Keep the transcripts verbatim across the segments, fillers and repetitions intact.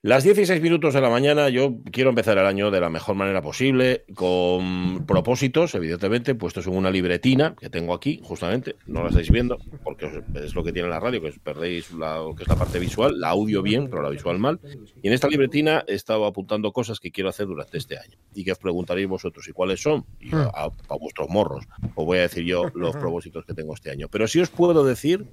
Las dieciséis minutos de la mañana, yo quiero empezar el año de la mejor manera posible, con propósitos, evidentemente, puestos en una libretina que tengo aquí, justamente, no la estáis viendo, porque es lo que tiene la radio, que os perdéis la, lo que es la parte visual, la audio bien, pero la visual mal. Y en esta libretina he estado apuntando cosas que quiero hacer durante este año, y que os preguntaréis vosotros, ¿y cuáles son? Y a, a, a vuestros morros, os voy a decir yo los propósitos que tengo este año. Pero sí os puedo decir...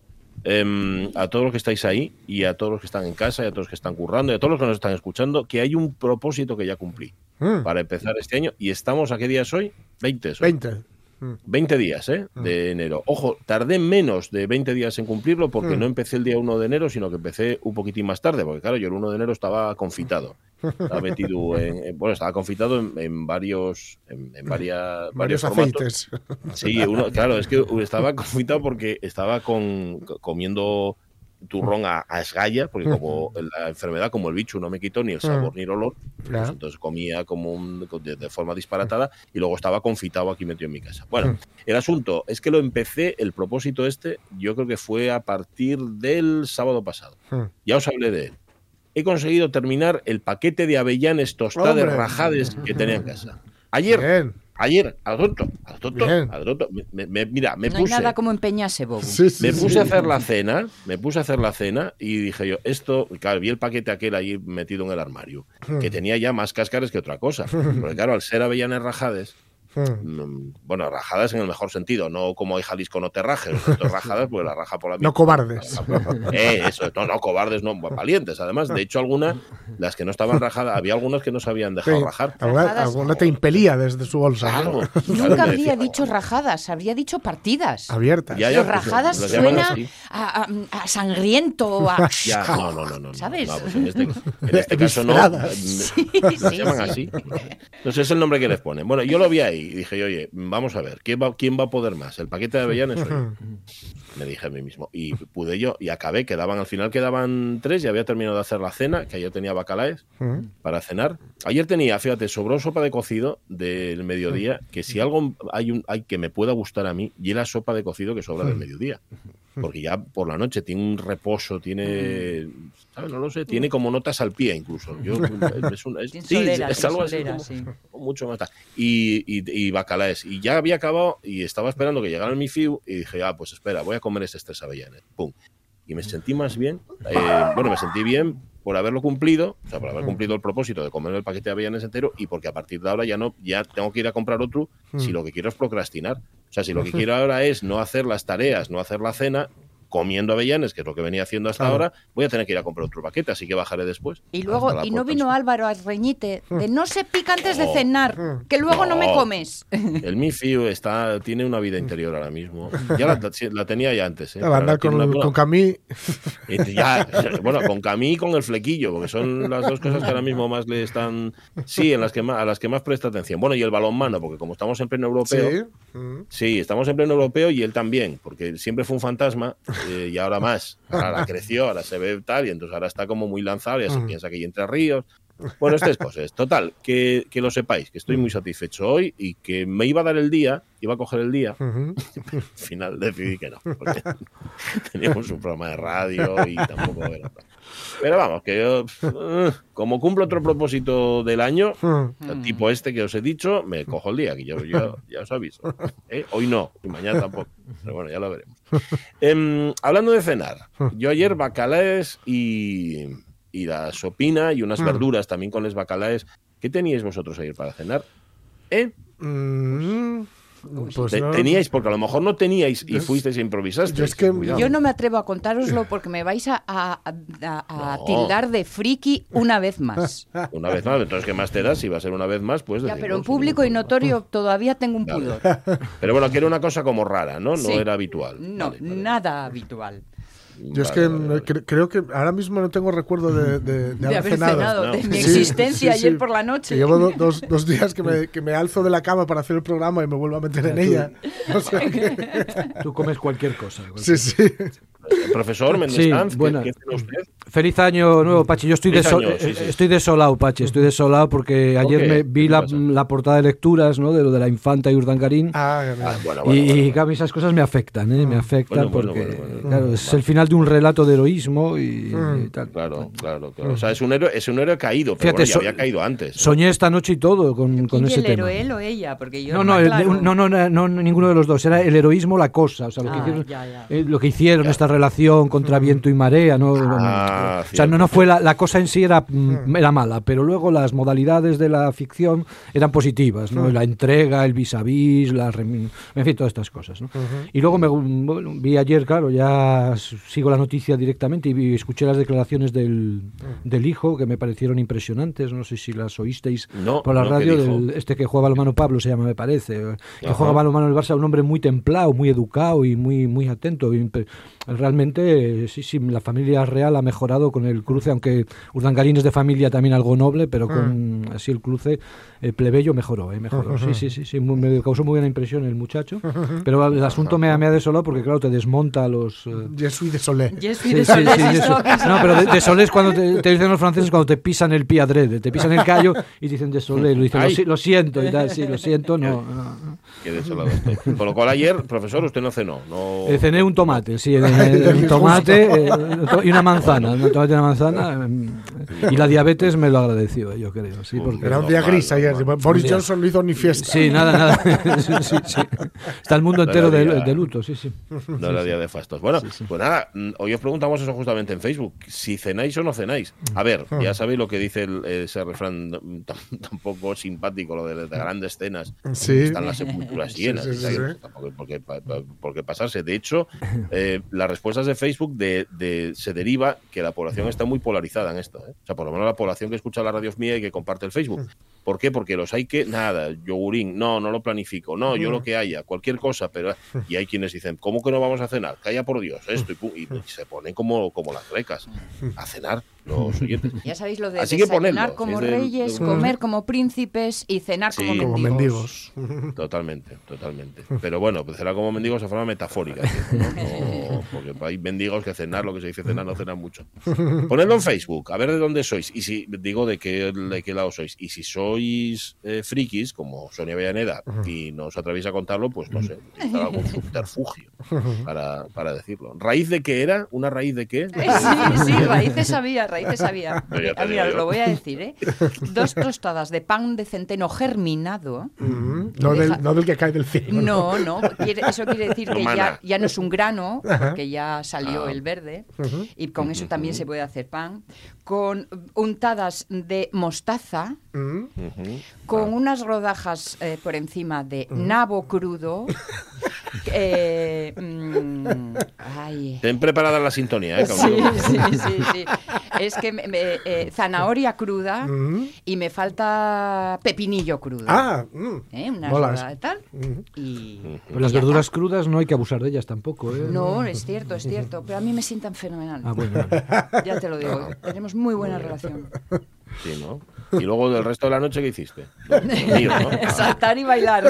Eh, a todos los que estáis ahí y a todos los que están en casa y a todos los que están currando y a todos los que nos están escuchando, que hay un propósito que ya cumplí mm. para empezar este año. Y estamos, ¿a qué día es hoy? veinte. Soy. veinte. veinte días, ¿eh? Mm. De enero. Ojo, tardé menos de veinte días en cumplirlo porque mm. no empecé el día uno de enero, sino que empecé un poquitín más tarde, porque claro, yo el uno de enero estaba confitado. Estaba metido en, en bueno, estaba confitado en, en varios en, en varias, varios, varios aceites. Sí, uno, claro, es que estaba confitado porque estaba con, comiendo turrón a, a esgalla, porque como la enfermedad, como el bicho, no me quitó ni el sabor ni el olor, pues entonces comía como un, de, de forma disparatada y luego estaba confitado aquí metido en mi casa. Bueno, el asunto es que lo empecé, el propósito este, yo creo que fue a partir del sábado pasado. Ya os hablé de él. He conseguido terminar el paquete de avellanes tostadas rajades que tenía en casa. Ayer, Bien. ayer, al tonto, al tonto, al tonto. Me, me, mira, me no puse... No hay nada como empeñarse, Bobo. Sí, sí, me puse sí. a hacer la cena, me puse a hacer la cena y dije yo, esto, claro, vi el paquete aquel ahí metido en el armario, que tenía ya más cáscaras que otra cosa. Porque claro, al ser avellanes rajades, Hmm. bueno, rajadas en el mejor sentido, no como hay Jalisco no te rajes, no rajadas, pues la raja por la no cobardes. Eh, eso, no, no, cobardes, no, valientes. Además, de hecho, algunas, las que no estaban rajadas, había algunas que no se habían dejado sí, rajar. Alguna, alguna te impelía desde su bolsa. Claro, ¿no? claro, Nunca habría dicho rajadas, habría dicho partidas. Abiertas. Ya, ya, Pero rajadas pues, suena a, a, a sangriento, a... Ya, no, no, no, no. ¿Sabes? No, pues en este, en este caso no. Sí, las sí, llaman sí. así. Entonces es el nombre que les ponen. Bueno, yo lo vi ahí y dije, oye, vamos a ver, ¿quién va, quién va a poder más? ¿El paquete de avellanes o yo? Me dije a mí mismo. Y pude yo, y acabé, quedaban, al final quedaban tres, y había terminado de hacer la cena, que ayer tenía bacalaes para cenar. Ayer tenía, fíjate, sobró sopa de cocido del mediodía, que si algo hay, un, hay que me pueda gustar a mí, y la sopa de cocido que sobra del mediodía. Porque ya por la noche tiene un reposo, tiene, ¿sabes? No lo sé, tiene como notas al pie incluso. Yo, es, un, es, sí, solera, es algo solera, así, como, sí. mucho más. Y, y, y bacalaes. Y ya había acabado y estaba esperando que llegara el mi fiu y dije, ah, pues espera, voy a comer estos tres avellanes. Pum. Y me sentí más bien, eh, bueno, me sentí bien por haberlo cumplido, o sea, por haber cumplido el propósito de comer el paquete de avellanes entero y porque a partir de ahora ya no, ya tengo que ir a comprar otro si lo que quiero es procrastinar. O sea, si lo que quiero ahora es no hacer las tareas, no hacer la cena, comiendo avellanes, que es lo que venía haciendo hasta claro. ahora, voy a tener que ir a comprar otro paquete, así que bajaré después. Y luego, y no vino Álvaro a reñite de no se pica antes de cenar, que luego no, no me comes. El mi fiu está, tiene una vida interior ahora mismo. Ya la, la tenía ya antes. ¿eh? Va a andar con, una, con Camí. Ya, bueno, con Camí y con el flequillo, porque son las dos cosas que ahora mismo más le están... Sí, en las que más, a las que más presta atención. Bueno, y el balonmano, porque como estamos en pleno europeo... Sí, sí estamos en pleno europeo y él también, porque siempre fue un fantasma. Eh, y ahora más, ahora creció, ahora se ve tal, y entonces ahora está como muy lanzado, ya se piensa que hay Entre Ríos. Bueno, estas cosas. Total, que, que lo sepáis, que estoy muy satisfecho hoy y que me iba a dar el día, iba a coger el día, uh-huh. Al final decidí que no, porque teníamos un programa de radio y tampoco era. Pero vamos, que yo, como cumplo otro propósito del año, uh-huh. tipo este que os he dicho, me cojo el día, que yo, yo ya os aviso. ¿Eh? Hoy no, y mañana tampoco. Pero bueno, ya lo veremos. Eh, hablando de cenar, yo ayer bacalaes y... y la sopina y unas mm. verduras también con los bacalaes. ¿Qué teníais vosotros ayer para cenar? ¿Eh? Mm, pues Te, no. Teníais, porque a lo mejor no teníais y fuisteis e improvisasteis. Yo, es que, yo no me atrevo a contároslo porque me vais a, a, a, a no. tildar de friki una vez más. Una vez más, entonces ¿qué más te das? Si va a ser una vez más, pues... Ya, pero en público y notorio todavía tengo un pudor. Vale. Pero bueno, que era una cosa como rara, ¿no? No sí. era habitual. No, vale, vale. Nada habitual. Yo es que vale, vale. Cre- creo que ahora mismo no tengo recuerdo de, de, de, de haber, haber cenado, cenado no. de mi sí, existencia sí, sí, ayer sí. por la noche. Que llevo do, dos, dos días que me, que me alzo de la cama para hacer el programa y me vuelvo a meter en ella. No sé. Tú comes cualquier cosa. Sí, Cualquier sí. Profesor Méndez sí, Sanz, buena. ¿qué, qué tiene usted? Feliz año nuevo, Pachi. Yo estoy, deso año, sí, sí. estoy desolado, Pachi. Estoy desolado porque ayer Okay. me vi la, la portada de lecturas, ¿no? De lo de la infanta y Urdangarín. Ah, Ah, bueno, y, bueno, bueno, y claro, esas cosas me afectan, ¿eh? Me afectan Bueno, bueno, porque bueno, bueno. claro, es el final de un relato de heroísmo y, y tal. Claro, claro, claro. O sea, es un héroe, es un héroe caído, pero Fíjate, bueno, ya so había caído antes. ¿no? Soñé esta noche y todo con, con ¿Y ese el tema. héroe, él o ella? Porque yo No, no, no, me el- aclaro. no, no, no, no, ninguno de los dos. Era el heroísmo la cosa, o sea, lo que Ah, hicieron, ya, ya. eh, lo que hicieron esta relación contra viento y marea, no, no, no. Ah, O sea, no, cierto. no fue la, la cosa en sí era, mm, era mala, pero luego las modalidades de la ficción eran positivas, ¿no? La entrega, el vis a vis, la remi- en fin, todas estas cosas, ¿no? Y luego me bueno, vi ayer, claro, ya sigo la noticia directamente y vi- escuché las declaraciones del, del hijo que me parecieron impresionantes, no sé si las oísteis No, por la no, ¿qué radio, dijo? del, este que juega balonmano Pablo se llama, me parece, que Ajá. juega balonmano en el Barça, un hombre muy templado, muy educado y muy, muy atento. Y impe- realmente, eh, sí, sí, la familia real ha mejorado con el cruce, aunque Urdangarín es de familia también algo noble, pero con así el cruce eh, plebeyo mejoró, eh, mejoró. Sí, sí, sí, sí, muy- me causó muy buena impresión el muchacho, pero el asunto me, ha- me ha desolado porque, claro, te desmonta a los... eh, Je suis désolé. Yes, Sí, sí, sí, eso. No, pero de, de solé es cuando te, te dicen los franceses cuando te pisan el pie adrede, te pisan el callo y dicen de solé, lo dicen, lo, Ay. si- lo siento y tal, sí, lo siento, no. no, no. Qué desolado estoy. Con lo cual ayer, profesor, usted no cenó. No... Eh, cené un tomate, sí, eh, eh, un tomate eh, y una manzana, un tomate y una manzana, eh, y la diabetes me lo agradeció, yo creo, sí, porque... Era un día Normal, gris ayer. normal. Boris Un día. Johnson no hizo ni fiesta. Sí, nada, nada. Sí, sí, sí. Está el mundo entero de, Todavía- de luto, sí, sí. No era día de fastos. Bueno, pues nada, mm, hoy os preguntamos eso justamente en Facebook, si cenáis o no cenáis. A ver, ya sabéis lo que dice el- ese refrán mm, tan- tampoco simpático, lo de, de grandes cenas. Sí. Están las sepulturas Sí, llenas. sí, y sí, tal, sí. tampoco hay por qué, pa- pa- por qué pasarse. De hecho, eh, las respuestas de Facebook de, de- se deriva que la población está muy polarizada en esto. ¿eh? O sea, por lo menos la población que escucha la radio mía y que comparte el Facebook. ¿Por qué? Porque los hay que, nada, yogurín, no, no lo planifico, no, yo lo que haya, cualquier cosa, pero... Y hay quienes dicen, ¿cómo que no vamos a cenar? Calla por Dios, esto, y, pum, y se ponen como, como las grecas a cenar los oyentes. Ya sabéis lo de Así que desayunar ponedlo, como si es del- reyes, del- comer como príncipes y cenar Sí. como Como mendigos. mendigos. Totalmente, totalmente. Pero bueno, pues cenar como mendigos de forma metafórica. ¿no? No, porque hay mendigos que cenar, lo que se dice cenar, no cenan mucho. Ponedlo en Facebook, a ver de dónde sois. Y si digo de qué, de qué lado sois. Y si sois eh, frikis, como Sonia Avellaneda, y no os atrevéis a contarlo, pues no sé, utilizar algún subterfugio para, para decirlo. ¿Raíz de qué era? ¿Una raíz de qué? Sí, sí, raíces había, raíces había. Pero ya te Ah, digo mira, os yo. lo voy a decir, ¿eh? Dos tostadas de pan de centeno germinado. Mm, No, Deja- del, no del que cae del cielo. No, no, quiere- eso quiere decir que ya, Romana. ya no es un grano, Ajá. porque ya salió Ah. el verde, y con eso también se puede hacer pan, con untadas de mostaza, Mm. Ujú. con unas rodajas eh, por encima de nabo crudo. eh, mm, ay. Ten preparada la sintonía, ¿eh? Sí, cabrón. sí, sí, sí. Es que me- me- eh, zanahoria cruda Mm. y me falta pepinillo crudo. Ah, mm. ¿Eh? Una Molas. rodada de tal. Mm. Y, Pues las y ya verduras está. crudas no hay que abusar de ellas tampoco, ¿eh? No, es cierto, es cierto. Pero a mí me sientan fenomenal. Ah, bueno. Ya te lo digo. Tenemos muy buena relación. Sí, ¿no? Y luego del resto de la noche, ¿qué hiciste? Dormir, ¿no? Ah, Saltar y bailar.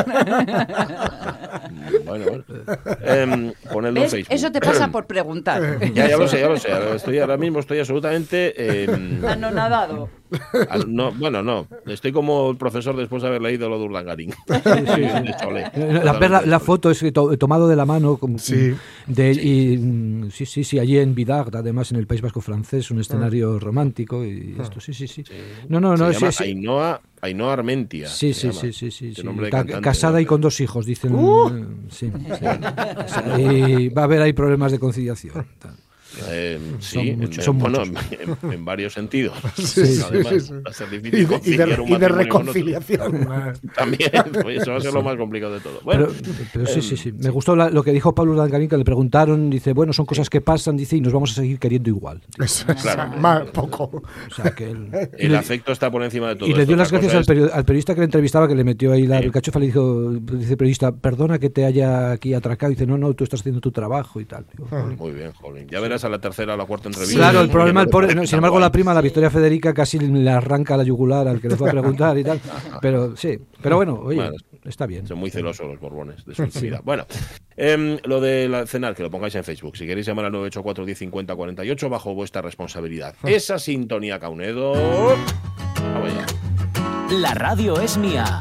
bueno, bueno. Em, ponedlo en ¿Ves? Facebook. Eso te pasa por preguntar. Ya, ya lo sé, ya lo sé. Ahora, estoy, ahora mismo estoy absolutamente... em, Anonadado. al- no, bueno, no. Estoy como el profesor después de haber leído lo de Urdangarín. De Chole. La, ver la, la foto es to- tomado de la mano como, Sí. de, y, mm, sí, sí, sí, allí en Vidagd, además en el País Vasco francés, un escenario romántico y esto, sí, sí, sí. No, no, no, Se sí, llama sí. Ainhoa, Ainhoa Armentia. Sí, se sí, llama. sí, sí, sí, Ese sí. nombre de Ca- cantante, casada ¿no? y con dos hijos, dicen. ¡Uh! eh, sí, sí. Y va a haber ahí problemas de conciliación. tal. Eh, Son sí, en- muchos, en, son bueno, muchos. en, en varios sentidos. Sí, sí, Además, sí, sí. va a ser Y difícil de, y conciliar de- un y de matrimonio con otro. reconciliación. También, pues eso va a ser lo más complicado de todo. Bueno, Pero, pero sí, sí, sí. Me gustó la- lo que dijo Pablo Urdangarín, que le preguntaron, dice, bueno, son cosas que pasan, dice, y nos vamos a seguir queriendo igual. Eso es, Claro. más poco. O sea, que él- y el le- afecto está por encima de todo. Y le esto. dio las Otra gracias cosa al, es- perio- al periodista que le entrevistaba, que le metió ahí la Sí. cachofa, le dijo, dice el periodista, perdona que te haya aquí atracado. Dice, no, no, tú estás haciendo tu trabajo y tal. Digo, Muy bien, jolín. Ya verás a la tercera o la cuarta entrevista. Claro, el Muy problema, bien, el pobre- me no, parece sin embargo, la guay. prima, la Victoria Federica, casi le arranca la yugular al que le fue a preguntar y tal. Pero sí, pero bueno, oye, Bueno, está bien. Son muy celosos los Borbones de su intimidad. Bueno, eh, lo de la cenar, que lo pongáis en Facebook. Si queréis llamar al nueve ocho cuatro, diez, cincuenta, cuarenta y ocho, bajo vuestra responsabilidad. Esa sintonía, Caunedo. Vamos ya. La radio es mía.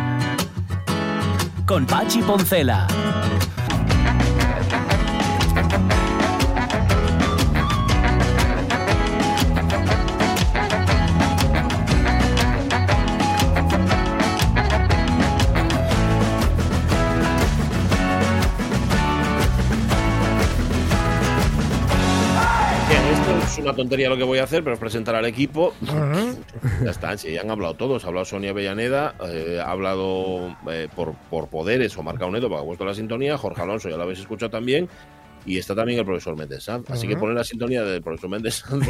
Con Pachi Poncela. Es una tontería lo que voy a hacer, pero es presentar al equipo. Uh-huh. Ya está, sí, han hablado todos. Ha hablado Sonia Avellaneda, eh, ha hablado eh, por, por Poderes o Marca Unedo, para que vuestro la sintonía. Jorge Alonso, ya lo habéis escuchado también. Y está también el profesor Méndez Sanz. Así uh-huh. que poner la sintonía del profesor Méndez Sanz.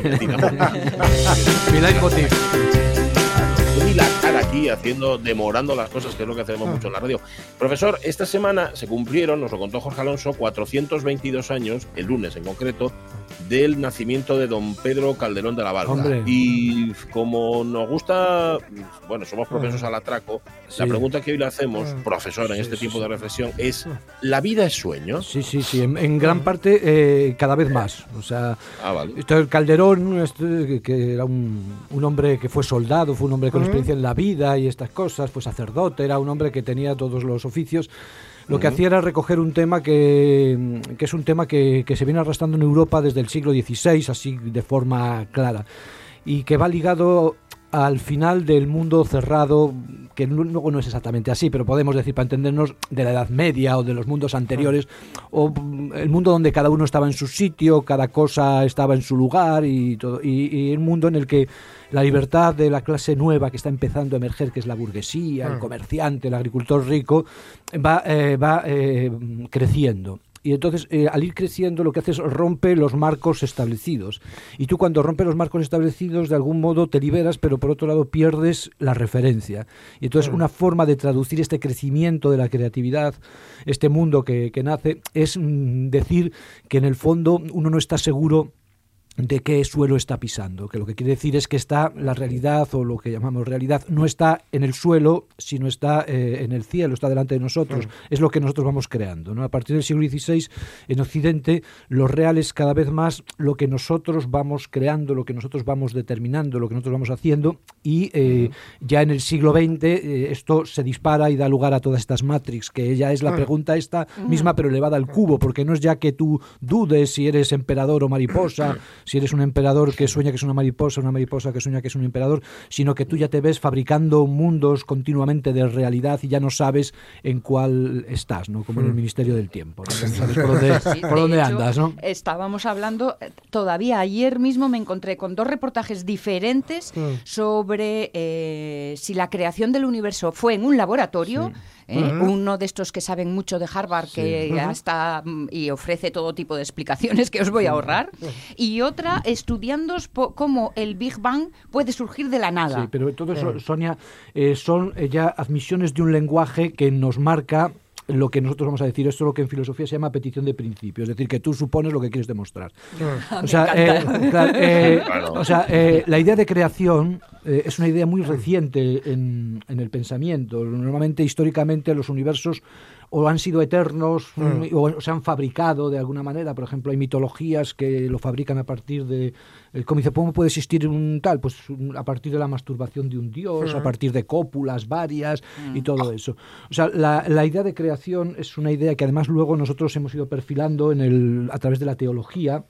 Y la cara aquí haciendo, demorando las cosas, que es lo que hacemos mucho en la radio. Profesor, esta semana se cumplieron, nos lo contó Jorge Alonso, cuatrocientos veintidós años, el lunes en concreto, del nacimiento de don Pedro Calderón de la Barca. Hombre. Y como nos gusta, bueno, somos propensos al atraco, sí. La pregunta que hoy le hacemos, profesor, en sí, este sí, tiempo sí. de reflexión, es: ¿la vida es sueño? Sí, sí, sí, en, en gran parte eh, cada vez más. O sea, ah, vale. esto, el Calderón, este, que era un, un hombre que fue soldado, fue un hombre con experiencia en la vida y estas cosas, fue sacerdote, era un hombre que tenía todos los oficios. Lo que uh-huh. hacía era recoger un tema que, que es un tema que, que se viene arrastrando en Europa desde el siglo dieciséis, así de forma clara, y que va ligado al final del mundo cerrado, que luego no es exactamente así, pero podemos decir, para entendernos, de la Edad Media o de los mundos anteriores, o el mundo donde cada uno estaba en su sitio, cada cosa estaba en su lugar, y todo, y, y un mundo en el que la libertad de la clase nueva que está empezando a emerger, que es la burguesía, el comerciante, el agricultor rico, va, eh, va eh, creciendo. Y entonces, eh, al ir creciendo, lo que hace es rompe los marcos establecidos. Y tú, cuando rompes los marcos establecidos, de algún modo te liberas, pero por otro lado pierdes la referencia. Y entonces, una forma de traducir este crecimiento de la creatividad, este mundo que, que nace, es mm, decir que en el fondo uno no está seguro de qué suelo está pisando, que lo que quiere decir es que está la realidad, o lo que llamamos realidad, no está en el suelo, sino está eh, en el cielo, está delante de nosotros, mm. es lo que nosotros vamos creando, ¿no? A partir del siglo dieciséis, en Occidente, lo real es cada vez más lo que nosotros vamos creando, lo que nosotros vamos determinando, lo que nosotros vamos haciendo, y eh, mm. ya en el siglo veinte eh, esto se dispara y da lugar a todas estas Matrix, que ya es la mm. pregunta esta misma, pero elevada al cubo, porque no es ya que tú dudes si eres emperador o mariposa, si eres un emperador que sueña que es una mariposa, una mariposa que sueña que es un emperador, sino que tú ya te ves fabricando mundos continuamente de realidad y ya no sabes en cuál estás, ¿no? Como en el Ministerio del Tiempo, ¿no? No sabes por dónde, sí, por dónde hecho, andas, ¿no? Estábamos hablando, todavía ayer mismo me encontré con dos reportajes diferentes sí. sobre eh, si la creación del universo fue en un laboratorio. Sí. ¿Eh? Uh-huh. Uno de estos que saben mucho de Harvard, sí. que uh-huh. hasta y ofrece todo tipo de explicaciones que os voy a ahorrar, y otra estudiando po- cómo el Big Bang puede surgir de la nada. Sí, pero todo eso, Sonia, eh, son eh, ya admisiones de un lenguaje que nos marca lo que nosotros vamos a decir. Esto es lo que en filosofía se llama petición de principio, es decir, que tú supones lo que quieres demostrar. Ah, o, sea, eh, claro, eh, claro. o sea, eh, la idea de creación eh, es una idea muy reciente en, en el pensamiento. Normalmente, históricamente, los universos o han sido eternos mm. o se han fabricado de alguna manera. Por ejemplo, hay mitologías que lo fabrican a partir de... Como dice, ¿cómo puede existir un tal? Pues a partir de la masturbación de un dios, mm. a partir de cópulas varias mm. y todo eso. O sea, la, la idea de creación es una idea que además luego nosotros hemos ido perfilando en el, a través de la teología,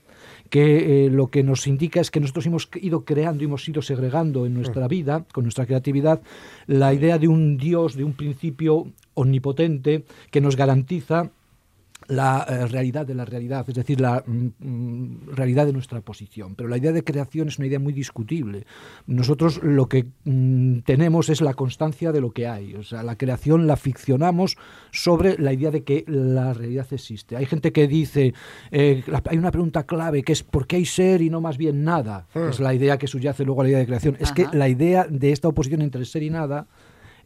que eh, lo que nos indica es que nosotros hemos ido creando y hemos ido segregando en nuestra vida, con nuestra creatividad, la idea de un Dios, de un principio omnipotente que nos garantiza la eh, realidad de la realidad, es decir, la mm, realidad de nuestra posición. Pero la idea de creación es una idea muy discutible. Nosotros lo que mm, tenemos es la constancia de lo que hay. O sea, la creación la ficcionamos sobre la idea de que la realidad existe. Hay gente que dice, eh, la, hay una pregunta clave que es ¿por qué hay ser y no más bien nada? Que es la idea que subyace luego a la idea de creación. Es Ajá. que la idea de esta oposición entre ser y nada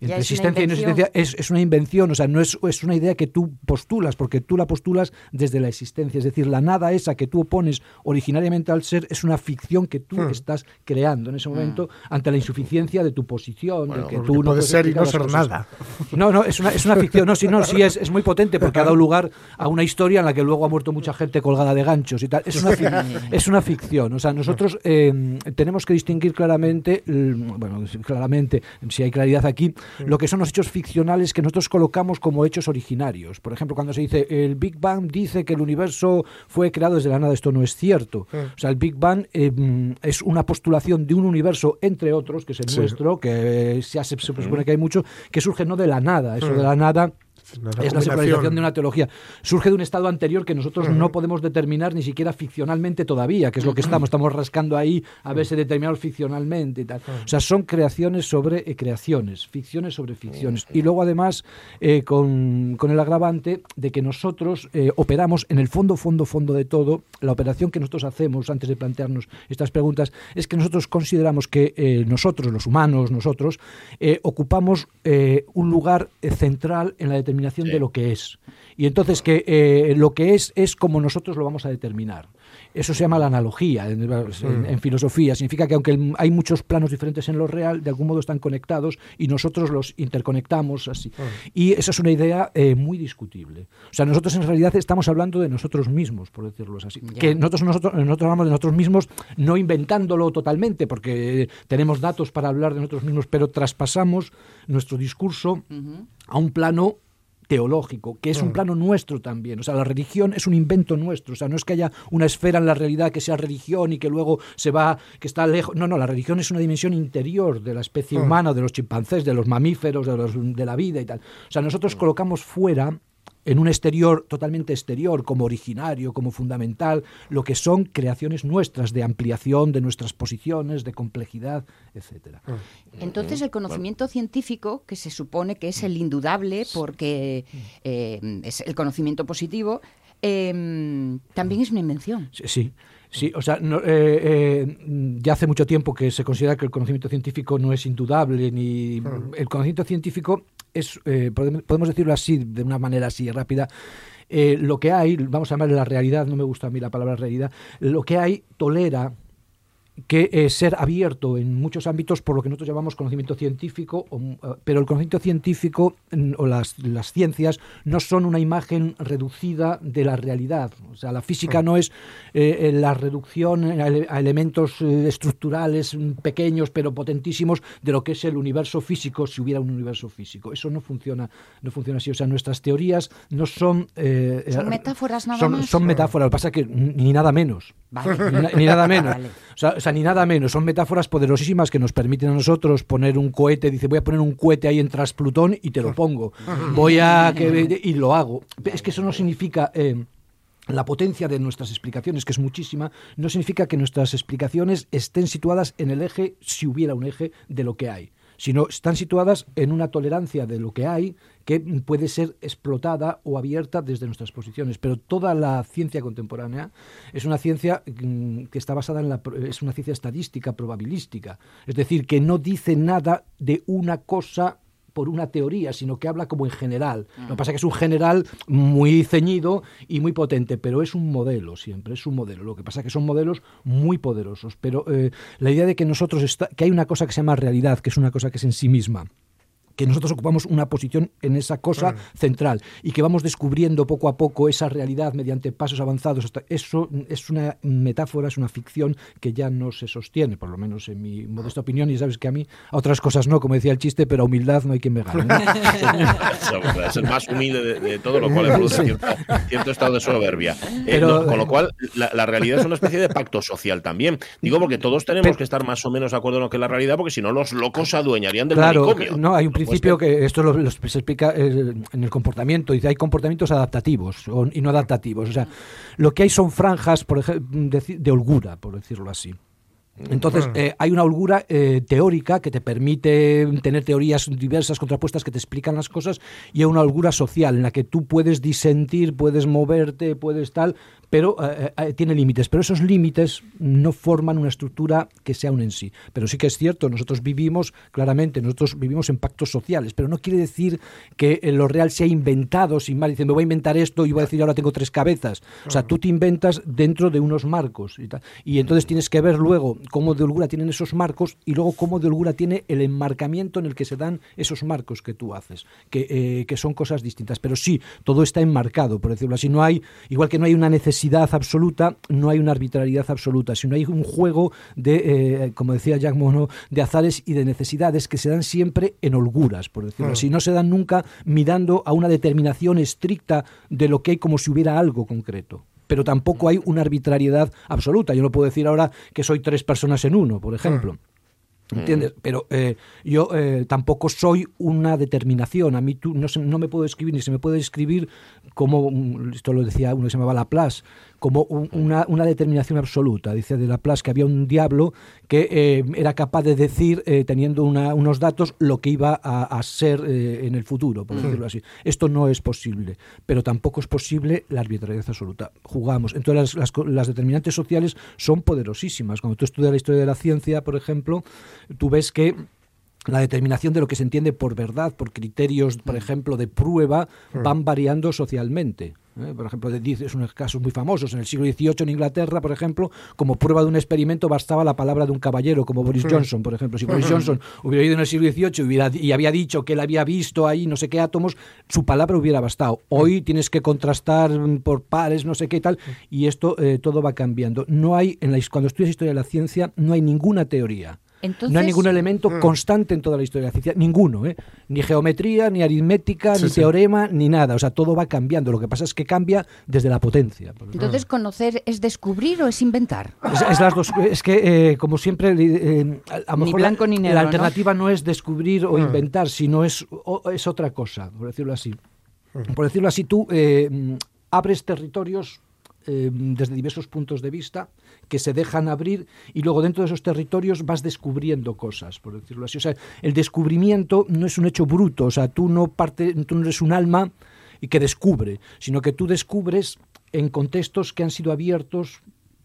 Entre existencia y no existencia es, es una invención, o sea, no es, es una idea que tú postulas, porque tú la postulas desde la existencia. Es decir, la nada esa que tú opones originariamente al ser es una ficción que tú hmm. estás creando en ese momento hmm. ante la insuficiencia de tu posición. Bueno, de que tú no puedes ser y no ser nada. No, no, es una, es una ficción. No, sí, no, sí es, es muy potente porque ha dado lugar a una historia en la que luego ha muerto mucha gente colgada de ganchos y tal. Es una, es una ficción. O sea, nosotros eh, tenemos que distinguir claramente, bueno, claramente, si hay claridad aquí, lo que son los hechos ficcionales que nosotros colocamos como hechos originarios. Por ejemplo, cuando se dice el Big Bang dice que el universo fue creado desde la nada, esto no es cierto. Sí. O sea, el Big Bang eh, es una postulación de un universo, entre otros, que es el sí. nuestro, que se, se presupone que hay mucho, que surge no de la nada. Eso sí. de la nada es la secularización de una teología. Surge de un estado anterior que nosotros uh-huh. no podemos determinar ni siquiera ficcionalmente todavía, que es lo que estamos, estamos rascando ahí a verse determinados ficcionalmente y tal. Uh-huh. O sea, son creaciones sobre eh, creaciones, ficciones sobre ficciones. Uh-huh. Y luego además eh, con, con el agravante de que nosotros eh, operamos en el fondo, fondo, fondo de todo. La operación que nosotros hacemos antes de plantearnos estas preguntas es que nosotros consideramos que eh, nosotros, los humanos, nosotros, eh, ocupamos eh, un lugar eh, central en la determinación sí. de lo que es. Y entonces que eh, lo que es es como nosotros lo vamos a determinar. Eso se llama la analogía en, en, en filosofía. Significa que aunque hay muchos planos diferentes en lo real, de algún modo están conectados y nosotros los interconectamos así. Y esa es una idea eh, muy discutible. O sea, nosotros en realidad estamos hablando de nosotros mismos, por decirlo así. Ya. Que nosotros, nosotros, nosotros hablamos de nosotros mismos no inventándolo totalmente, porque tenemos datos para hablar de nosotros mismos, pero traspasamos nuestro discurso uh-huh. a un plano teológico, que es un plano nuestro también. O sea, la religión es un invento nuestro. O sea, no es que haya una esfera en la realidad que sea religión y que luego se va, que está lejos. No, no, la religión es una dimensión interior de la especie humana, de los chimpancés, de los mamíferos, de, los, de la vida y tal. O sea, nosotros colocamos fuera, en un exterior totalmente exterior, como originario, como fundamental, lo que son creaciones nuestras, de ampliación de nuestras posiciones, de complejidad, etcétera. Entonces, el conocimiento científico, que se supone que es el indudable, porque eh, es el conocimiento positivo, eh, también es una invención. Sí. Sí, o sea, no, eh, eh, ya hace mucho tiempo que se considera que el conocimiento científico no es indudable, ni el conocimiento científico es, eh, podemos decirlo así, de una manera así rápida, eh, lo que hay, vamos a llamarle la realidad, no me gusta a mí la palabra realidad, lo que hay tolera que eh, ser abierto en muchos ámbitos por lo que nosotros llamamos conocimiento científico, o, uh, pero el conocimiento científico mm, o las, las ciencias no son una imagen reducida de la realidad. O sea, la física no es eh, la reducción a, ele- a elementos eh, estructurales pequeños pero potentísimos de lo que es el universo físico, si hubiera un universo físico. Eso no funciona, no funciona así. O sea, nuestras teorías no son... Eh, son metáforas nada son, más. Son metáforas, lo que pasa es que ni nada menos. Vale. Ni, ni nada menos. Vale. O sea, o sea, ni nada menos. Son metáforas poderosísimas que nos permiten a nosotros poner un cohete. Dice, voy a poner un cohete ahí en Transplutón y te lo pongo. Voy a... Que, y lo hago. Es que eso no significa... Eh, la potencia de nuestras explicaciones, que es muchísima, no significa que nuestras explicaciones estén situadas en el eje, si hubiera un eje, de lo que hay, sino están situadas en una tolerancia de lo que hay que puede ser explotada o abierta desde nuestras posiciones. Pero toda la ciencia contemporánea es una ciencia que está basada en la... es una ciencia estadística, probabilística. Es decir, que no dice nada de una cosa por una teoría, sino que habla como en general. Lo que pasa es que es un general muy ceñido y muy potente, pero es un modelo siempre, es un modelo. Lo que pasa es que son modelos muy poderosos. Pero eh, la idea de que nosotros está, que hay una cosa que se llama realidad, que es una cosa que es en sí misma, que nosotros ocupamos una posición en esa cosa mm. central y que vamos descubriendo poco a poco esa realidad mediante pasos avanzados. Hasta eso es una metáfora, es una ficción que ya no se sostiene, por lo menos en mi modesta opinión, y sabes que a mí a otras cosas no, como decía el chiste, pero a humildad no hay quien me gane, ¿no? Es el más humilde de, de todo, lo cual produce cierto, cierto estado de soberbia. Pero, eh, no, con lo cual, la, la realidad es una especie de pacto social también. Digo, porque todos tenemos pero, que estar más o menos de acuerdo en lo que es la realidad, porque si no los locos se adueñarían del claro, manicomio. No, hay un principio que esto lo, lo se explica eh, en el comportamiento. Dice, hay comportamientos adaptativos o, y no adaptativos. O sea, lo que hay son franjas, por ejemplo, de, de holgura, por decirlo así. Entonces, eh, hay una holgura eh, teórica que te permite tener teorías diversas, contrapuestas, que te explican las cosas, y hay una holgura social en la que tú puedes disentir, puedes moverte, puedes tal, pero eh, eh, tiene límites, pero esos límites no forman una estructura que sea un en sí. Pero sí que es cierto, nosotros vivimos, claramente, nosotros vivimos en pactos sociales, pero no quiere decir que eh, lo real sea inventado, sin más, dicen, me voy a inventar esto y voy a decir ahora tengo tres cabezas. O sea, tú te inventas dentro de unos marcos y tal. Y entonces tienes que ver luego cómo de holgura tienen esos marcos y luego cómo de holgura tiene el enmarcamiento en el que se dan esos marcos que tú haces, que, eh, que son cosas distintas. Pero sí, todo está enmarcado, por decirlo así. No hay, igual que no hay una necesidad absoluta, no hay una arbitrariedad absoluta, sino hay un juego de, eh, como decía Jacques Monod, de azares y de necesidades que se dan siempre en holguras, por decirlo así. No se dan nunca mirando a una determinación estricta de lo que hay como si hubiera algo concreto. Pero tampoco hay una arbitrariedad absoluta. Yo no puedo decir ahora que soy tres personas en uno, por ejemplo. ¿Entiendes? Pero eh, yo eh, tampoco soy una determinación. A mí tú no, se, no me puedo escribir, ni se me puede escribir como, esto lo decía uno que se llamaba Laplace, como un, una, una determinación absoluta. Dice de Laplace que había un diablo que eh, era capaz de decir, eh, teniendo una, unos datos, lo que iba a, a ser eh, en el futuro, por decirlo así. Esto no es posible, pero tampoco es posible la arbitrariedad absoluta. Jugamos. Entonces las, las, las determinantes sociales son poderosísimas. Cuando tú estudias la historia de la ciencia, por ejemplo, tú ves que la determinación de lo que se entiende por verdad, por criterios, por ejemplo, de prueba, van variando socialmente. ¿Eh? Por ejemplo, es unos casos muy famosos. En el siglo dieciocho en Inglaterra, por ejemplo, como prueba de un experimento bastaba la palabra de un caballero, como Boris Johnson, por ejemplo. Si Boris Johnson hubiera ido en el siglo dieciocho y, hubiera, y había dicho que él había visto ahí no sé qué átomos, su palabra hubiera bastado. Hoy tienes que contrastar por pares, no sé qué tal, y esto eh, todo va cambiando. No hay, en la, cuando estudias historia de la ciencia, no hay ninguna teoría. Entonces, no hay ningún elemento mm. constante en toda la historia de la ciencia, ninguno, ¿eh? Ni geometría, ni aritmética, sí, ni sí. teorema, ni nada. O sea, todo va cambiando. Lo que pasa es que cambia desde la potencia. Entonces, ¿conocer es descubrir o es inventar? Es, es las dos. Es que, eh, como siempre, eh, a lo mejor ni blanco, la, ni negro, la alternativa ¿no? no es descubrir o mm. inventar, sino es, o, es otra cosa, por decirlo así. Mm. Por decirlo así, tú eh, abres territorios eh, desde diversos puntos de vista que se dejan abrir y luego dentro de esos territorios vas descubriendo cosas, por decirlo así. O sea, el descubrimiento no es un hecho bruto, o sea, tú no, parte, tú no eres un alma y que descubre, sino que tú descubres en contextos que han sido abiertos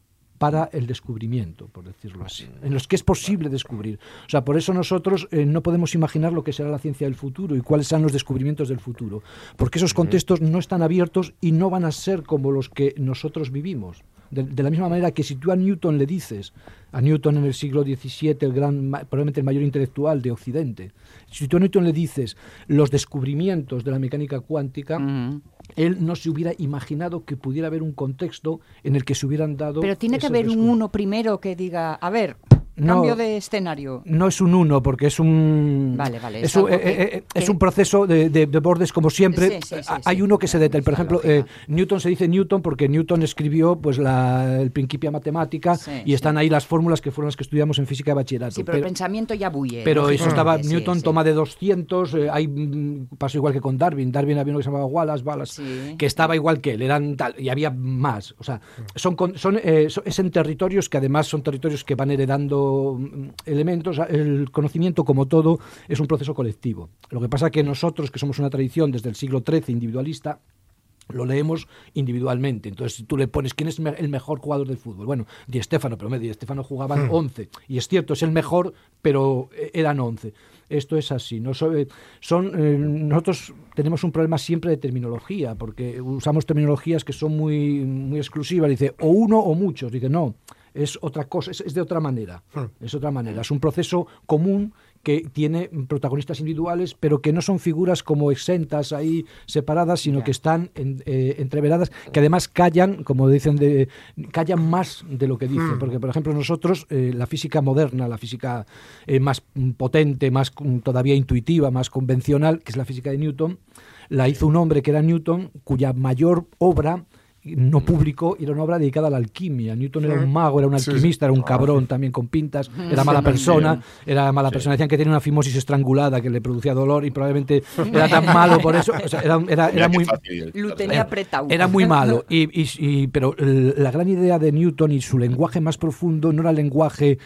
para el descubrimiento, por decirlo así, en los que es posible descubrir. O sea, por eso nosotros eh, no podemos imaginar lo que será la ciencia del futuro y cuáles serán los descubrimientos del futuro, porque esos contextos no están abiertos y no van a ser como los que nosotros vivimos. De, de la misma manera que si tú a Newton le dices, a Newton en el siglo diecisiete, el gran, probablemente el mayor intelectual de Occidente, si tú a Newton le dices los descubrimientos de la mecánica cuántica, uh-huh. él no se hubiera imaginado que pudiera haber un contexto en el que se hubieran dado... Pero tiene que haber un uno primero que diga, a ver... No, cambio de escenario. No es un uno, porque es un vale, vale, es, un, eh, eh, es un proceso de, de, de bordes como siempre. Sí, sí, sí, Hay sí, uno que sí, se determina. Por ejemplo, eh, Newton se dice Newton porque Newton escribió pues la, el Principia Mathematica sí, y están sí. ahí las fórmulas que fueron las que estudiamos en física de bachillerato. Sí, pero, pero el pensamiento ya bulle. Pero ¿no? eso estaba, sí, Newton sí. toma de doscientos, eh, hay pasó igual que con Darwin. Darwin había uno que se llamaba Wallace, Wallace sí. que estaba igual que él, eran tal, y había más. O sea, son, son, eh, son es en territorios que además son territorios que van heredando elementos. El conocimiento, como todo, es un proceso colectivo. Lo que pasa es que nosotros, que somos una tradición desde el siglo trece individualista, lo leemos individualmente. Entonces, si tú le pones quién es el mejor jugador del fútbol, bueno, Di Stéfano, pero Di Stéfano jugaban hmm. once, y es cierto, es el mejor, pero eran once. Esto es así. No son, son eh, nosotros tenemos un problema siempre de terminología, porque usamos terminologías que son muy, muy exclusivas. Dice, o uno o muchos. Dice, no, es otra cosa, es, es de otra manera. Hmm. Es otra manera. Es un proceso común que tiene protagonistas individuales, pero que no son figuras como exentas ahí separadas, sino yeah. que están en, eh, entreveradas, que además callan, como dicen, de, callan más de lo que dicen. Mm. Porque, por ejemplo, nosotros, eh, la física moderna, la física eh, más potente, más todavía intuitiva, más convencional, que es la física de Newton, la hizo un hombre que era Newton, cuya mayor obra no publicó, era una obra dedicada a la alquimia. Newton era un mago, era un alquimista, era un cabrón también con pintas, era mala persona, era mala persona. Decían que tenía una fimosis estrangulada que le producía dolor y probablemente era tan malo por eso. O sea, era, era, era muy lo tenía apretado. Era muy malo. Y, y, y, pero la gran idea de Newton y su lenguaje más profundo no era el lenguaje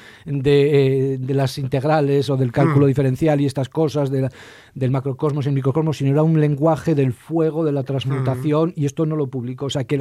de, de las integrales o del cálculo mm. diferencial y estas cosas de la, del macrocosmos y el microcosmos, sino era un lenguaje del fuego, de la transmutación, mm. y esto no lo publicó. O sea, que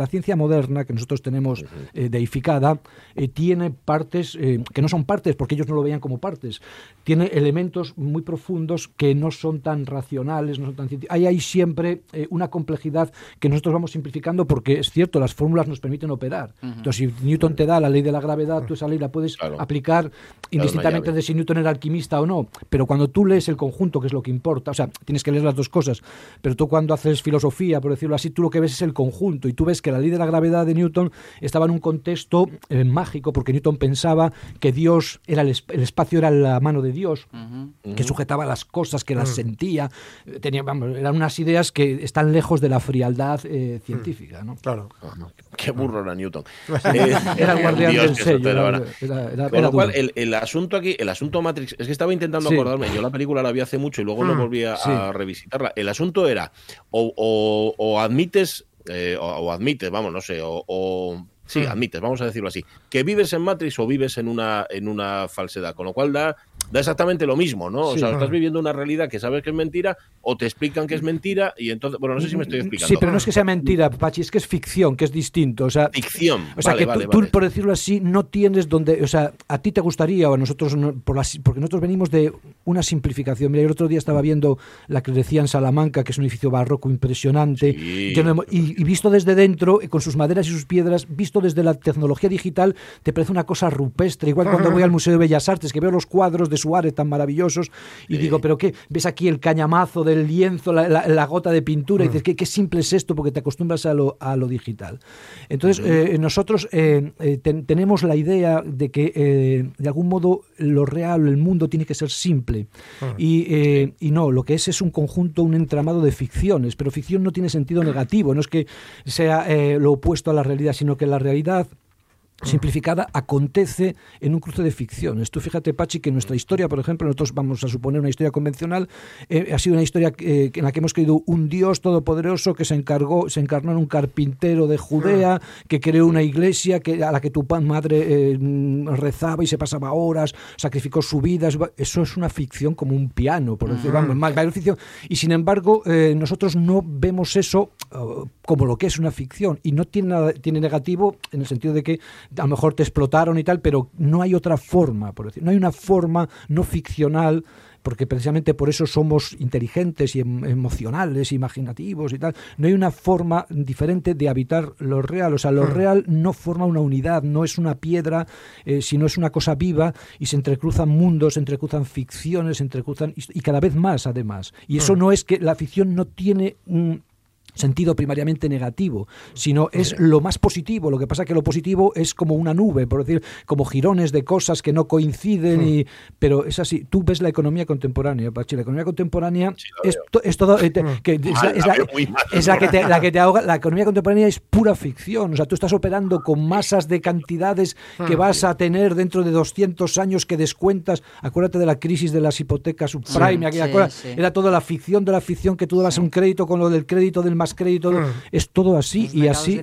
la ciencia moderna que nosotros tenemos eh, deificada eh, tiene partes eh, que no son partes porque ellos no lo veían como partes, tiene elementos muy profundos que no son tan racionales, no son tan científicos. Hay ahí siempre eh, una complejidad que nosotros vamos simplificando porque es cierto, las fórmulas nos permiten operar. Uh-huh. Entonces, si Newton te da la ley de la gravedad, tú esa ley la puedes claro. aplicar indistintamente claro, de si Newton era alquimista o no, pero cuando tú lees el conjunto, que es lo que importa, o sea, tienes que leer las dos cosas, pero tú cuando haces filosofía, por decirlo así, tú lo que ves es el conjunto y tú ves que la ley de la gravedad de Newton estaba en un contexto eh, mágico porque Newton pensaba que Dios era el, es- el espacio era la mano de Dios, uh-huh. que sujetaba las cosas, que las uh-huh. sentía, tenía, vamos, eran unas ideas que están lejos de la frialdad eh, científica, ¿no? Claro. Uh-huh. Qué burro era Newton. eh, era el guardián Dios, del sello. Era, era, era, Con lo cual, el, el asunto aquí, el asunto Matrix, es que estaba intentando sí. acordarme, yo la película la vi hace mucho y luego uh-huh. no volví a, sí. a revisitarla. El asunto era, o, o, o admites, eh, o, o admites, vamos, no sé, o... o sí, admites, vamos a decirlo así, que vives en Matrix o vives en una, en una falsedad, con lo cual da, da exactamente lo mismo, ¿no? O sí, sea, estás viviendo una realidad que sabes que es mentira o te explican que es mentira y entonces, bueno, no sé si me estoy explicando. Sí, pero no es que sea mentira, Pachi, es que es ficción, que es distinto, o sea... Ficción, O sea, vale, que vale, tú, vale. tú, por decirlo así, no tienes donde... O sea, a ti te gustaría, o a nosotros, no, por la, porque nosotros venimos de una simplificación. Mira, el otro día estaba viendo la que decía en Salamanca, que es un edificio barroco impresionante, Sí. lleno de, y, y visto desde dentro, con sus maderas y sus piedras, visto desde la tecnología digital, te parece una cosa rupestre. Igual cuando voy al Museo de Bellas Artes, que veo los cuadros de Suárez tan maravillosos, y sí. digo, ¿pero qué? Ves aquí el cañamazo del lienzo, la, la, la gota de pintura, y dices, ¿qué, qué simple es esto? Porque te acostumbras a lo, a lo digital. Entonces, uh-huh. eh, nosotros eh, eh, ten, tenemos la idea de que, eh, de algún modo, lo real, el mundo tiene que ser simple. Uh-huh. Y, eh, y no, lo que es es un conjunto, un entramado de ficciones, pero ficción no tiene sentido negativo, no es que sea eh, lo opuesto a la realidad, sino que la realidad simplificada acontece en un cruce de ficciones. Tú fíjate, Pachi, que nuestra historia, por ejemplo, nosotros vamos a suponer una historia convencional, eh, ha sido una historia eh, en la que hemos creído un Dios todopoderoso que se encargó, se encarnó en un carpintero de Judea, que creó una iglesia que, a la que tu madre eh, rezaba y se pasaba horas, sacrificó su vida. Eso es una ficción como un piano, por decirlo, vamos, más, más ficción. Y sin embargo, eh, nosotros no vemos eso uh, como lo que es una ficción, y no tiene nada, tiene negativo en el sentido de que a lo mejor te explotaron y tal, pero no hay otra forma, por decir, no hay una forma no ficcional, porque precisamente por eso somos inteligentes y em- emocionales, imaginativos y tal. No hay una forma diferente de habitar lo real. O sea, lo real no forma una unidad, no es una piedra, eh, sino es una cosa viva, y se entrecruzan mundos, se entrecruzan ficciones, se entrecruzan, y, y cada vez más, además. Y eso no es que la ficción no tiene un sentido primariamente negativo, sino es lo más positivo. Lo que pasa es que lo positivo es como una nube, por decir, como jirones de cosas que no coinciden, mm. y, pero es así. Tú ves la economía contemporánea, Pachi, la economía contemporánea sí, es, to, es todo, eh, te, que es, mal, la, es, la, la, es la que te, la que te ahoga. La economía contemporánea es pura ficción. O sea, tú estás operando con masas de cantidades que vas a tener dentro de doscientos años, que descuentas. Acuérdate de la crisis de las hipotecas subprime, sí, aquella, sí, sí. Era toda la ficción de la ficción, que tú dabas sí. un crédito con lo del crédito del más crédito, mm. es todo así y así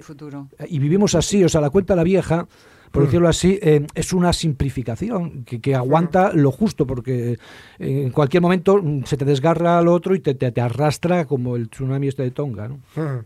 y vivimos así. O sea, la cuenta la vieja, por mm. decirlo así, eh, es una simplificación que, que aguanta lo justo, porque eh, en cualquier momento se te desgarra lo otro y te, te, te arrastra como el tsunami este de Tonga, ¿no? Mm.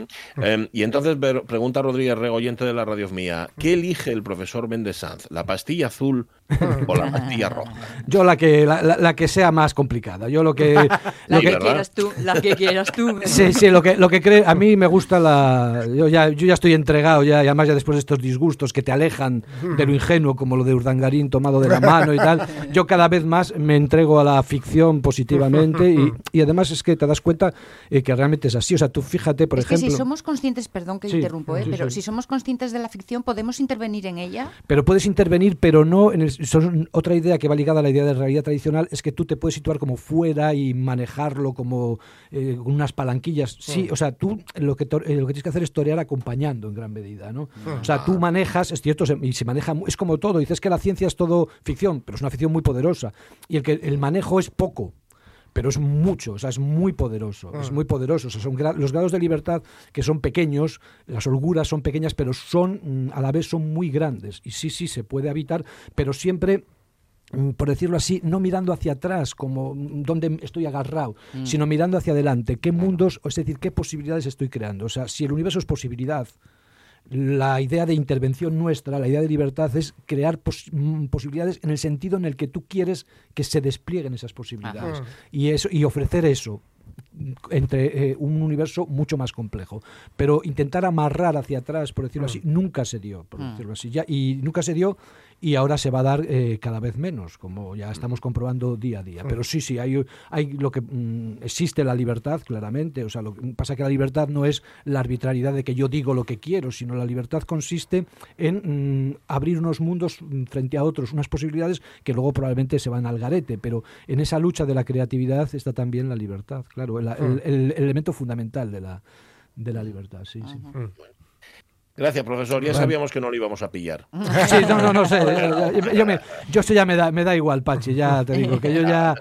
Eh, y entonces pregunta Rodríguez Rego, oyente de la radio mía, ¿qué elige el profesor Méndez Sanz? ¿La pastilla azul o la pastilla roja? Yo la que la, la, la que sea más complicada. Yo lo que la lo que, que quieras tú, la que quieras tú. Sí, sí, lo que lo que cree, a mí me gusta la yo ya yo ya estoy entregado ya, y además ya después de estos disgustos que te alejan de lo ingenuo, como lo de Urdangarín tomado de la mano y tal, yo cada vez más me entrego a la ficción positivamente, y, y además es que te das cuenta eh, que realmente es así. O sea, tú fíjate, por es ejemplo, que si somos conscientes, perdón que sí, interrumpo, ¿eh? sí, pero sí. si somos conscientes de la ficción, ¿podemos intervenir en ella? Pero puedes intervenir, pero no en el, son, otra idea que va ligada a la idea de realidad tradicional es que tú te puedes situar como fuera y manejarlo como eh, con unas palanquillas. Sí, o sea, tú lo que, to, eh, lo que tienes que hacer es torear acompañando en gran medida, ¿no? O sea, tú manejas, es cierto, se, y se maneja, es como todo. Dices que la ciencia es todo ficción, pero es una ficción muy poderosa, y el que el manejo es poco, pero es mucho, o sea, es muy poderoso, ah. es muy poderoso. O sea, son gra- los grados de libertad, que son pequeños, las holguras son pequeñas, pero son, a la vez son muy grandes. Y sí, sí, se puede habitar, pero siempre, por decirlo así, no mirando hacia atrás, como donde estoy agarrado, mm. sino mirando hacia adelante. ¿Qué mundos, es decir, qué posibilidades estoy creando? O sea, si el universo es posibilidad, la idea de intervención nuestra, la idea de libertad es crear pos- posibilidades en el sentido en el que tú quieres que se desplieguen esas posibilidades. Ajá. y eso y ofrecer eso entre eh, un universo mucho más complejo, pero intentar amarrar hacia atrás, por decirlo mm. así, nunca se dio, por mm. decirlo así, ya, y nunca se dio y ahora se va a dar eh, cada vez menos, como ya estamos comprobando día a día. Pero sí, sí, hay, hay lo que mm, existe la libertad, claramente. O sea, lo que pasa que la libertad no es la arbitrariedad de que yo digo lo que quiero, sino la libertad consiste en mm, abrir unos mundos frente a otros, unas posibilidades que luego probablemente se van al garete, pero en esa lucha de la creatividad está también la libertad, claro, el, el, el, el elemento fundamental de la, de la libertad, sí, sí. Uh-huh. Gracias, profesor. Ya bueno. sabíamos que no lo íbamos a pillar. Sí, no, no, no sé. Yo, yo, me, yo esto ya me da, me da igual, Pachi, ya te digo, que yo ya...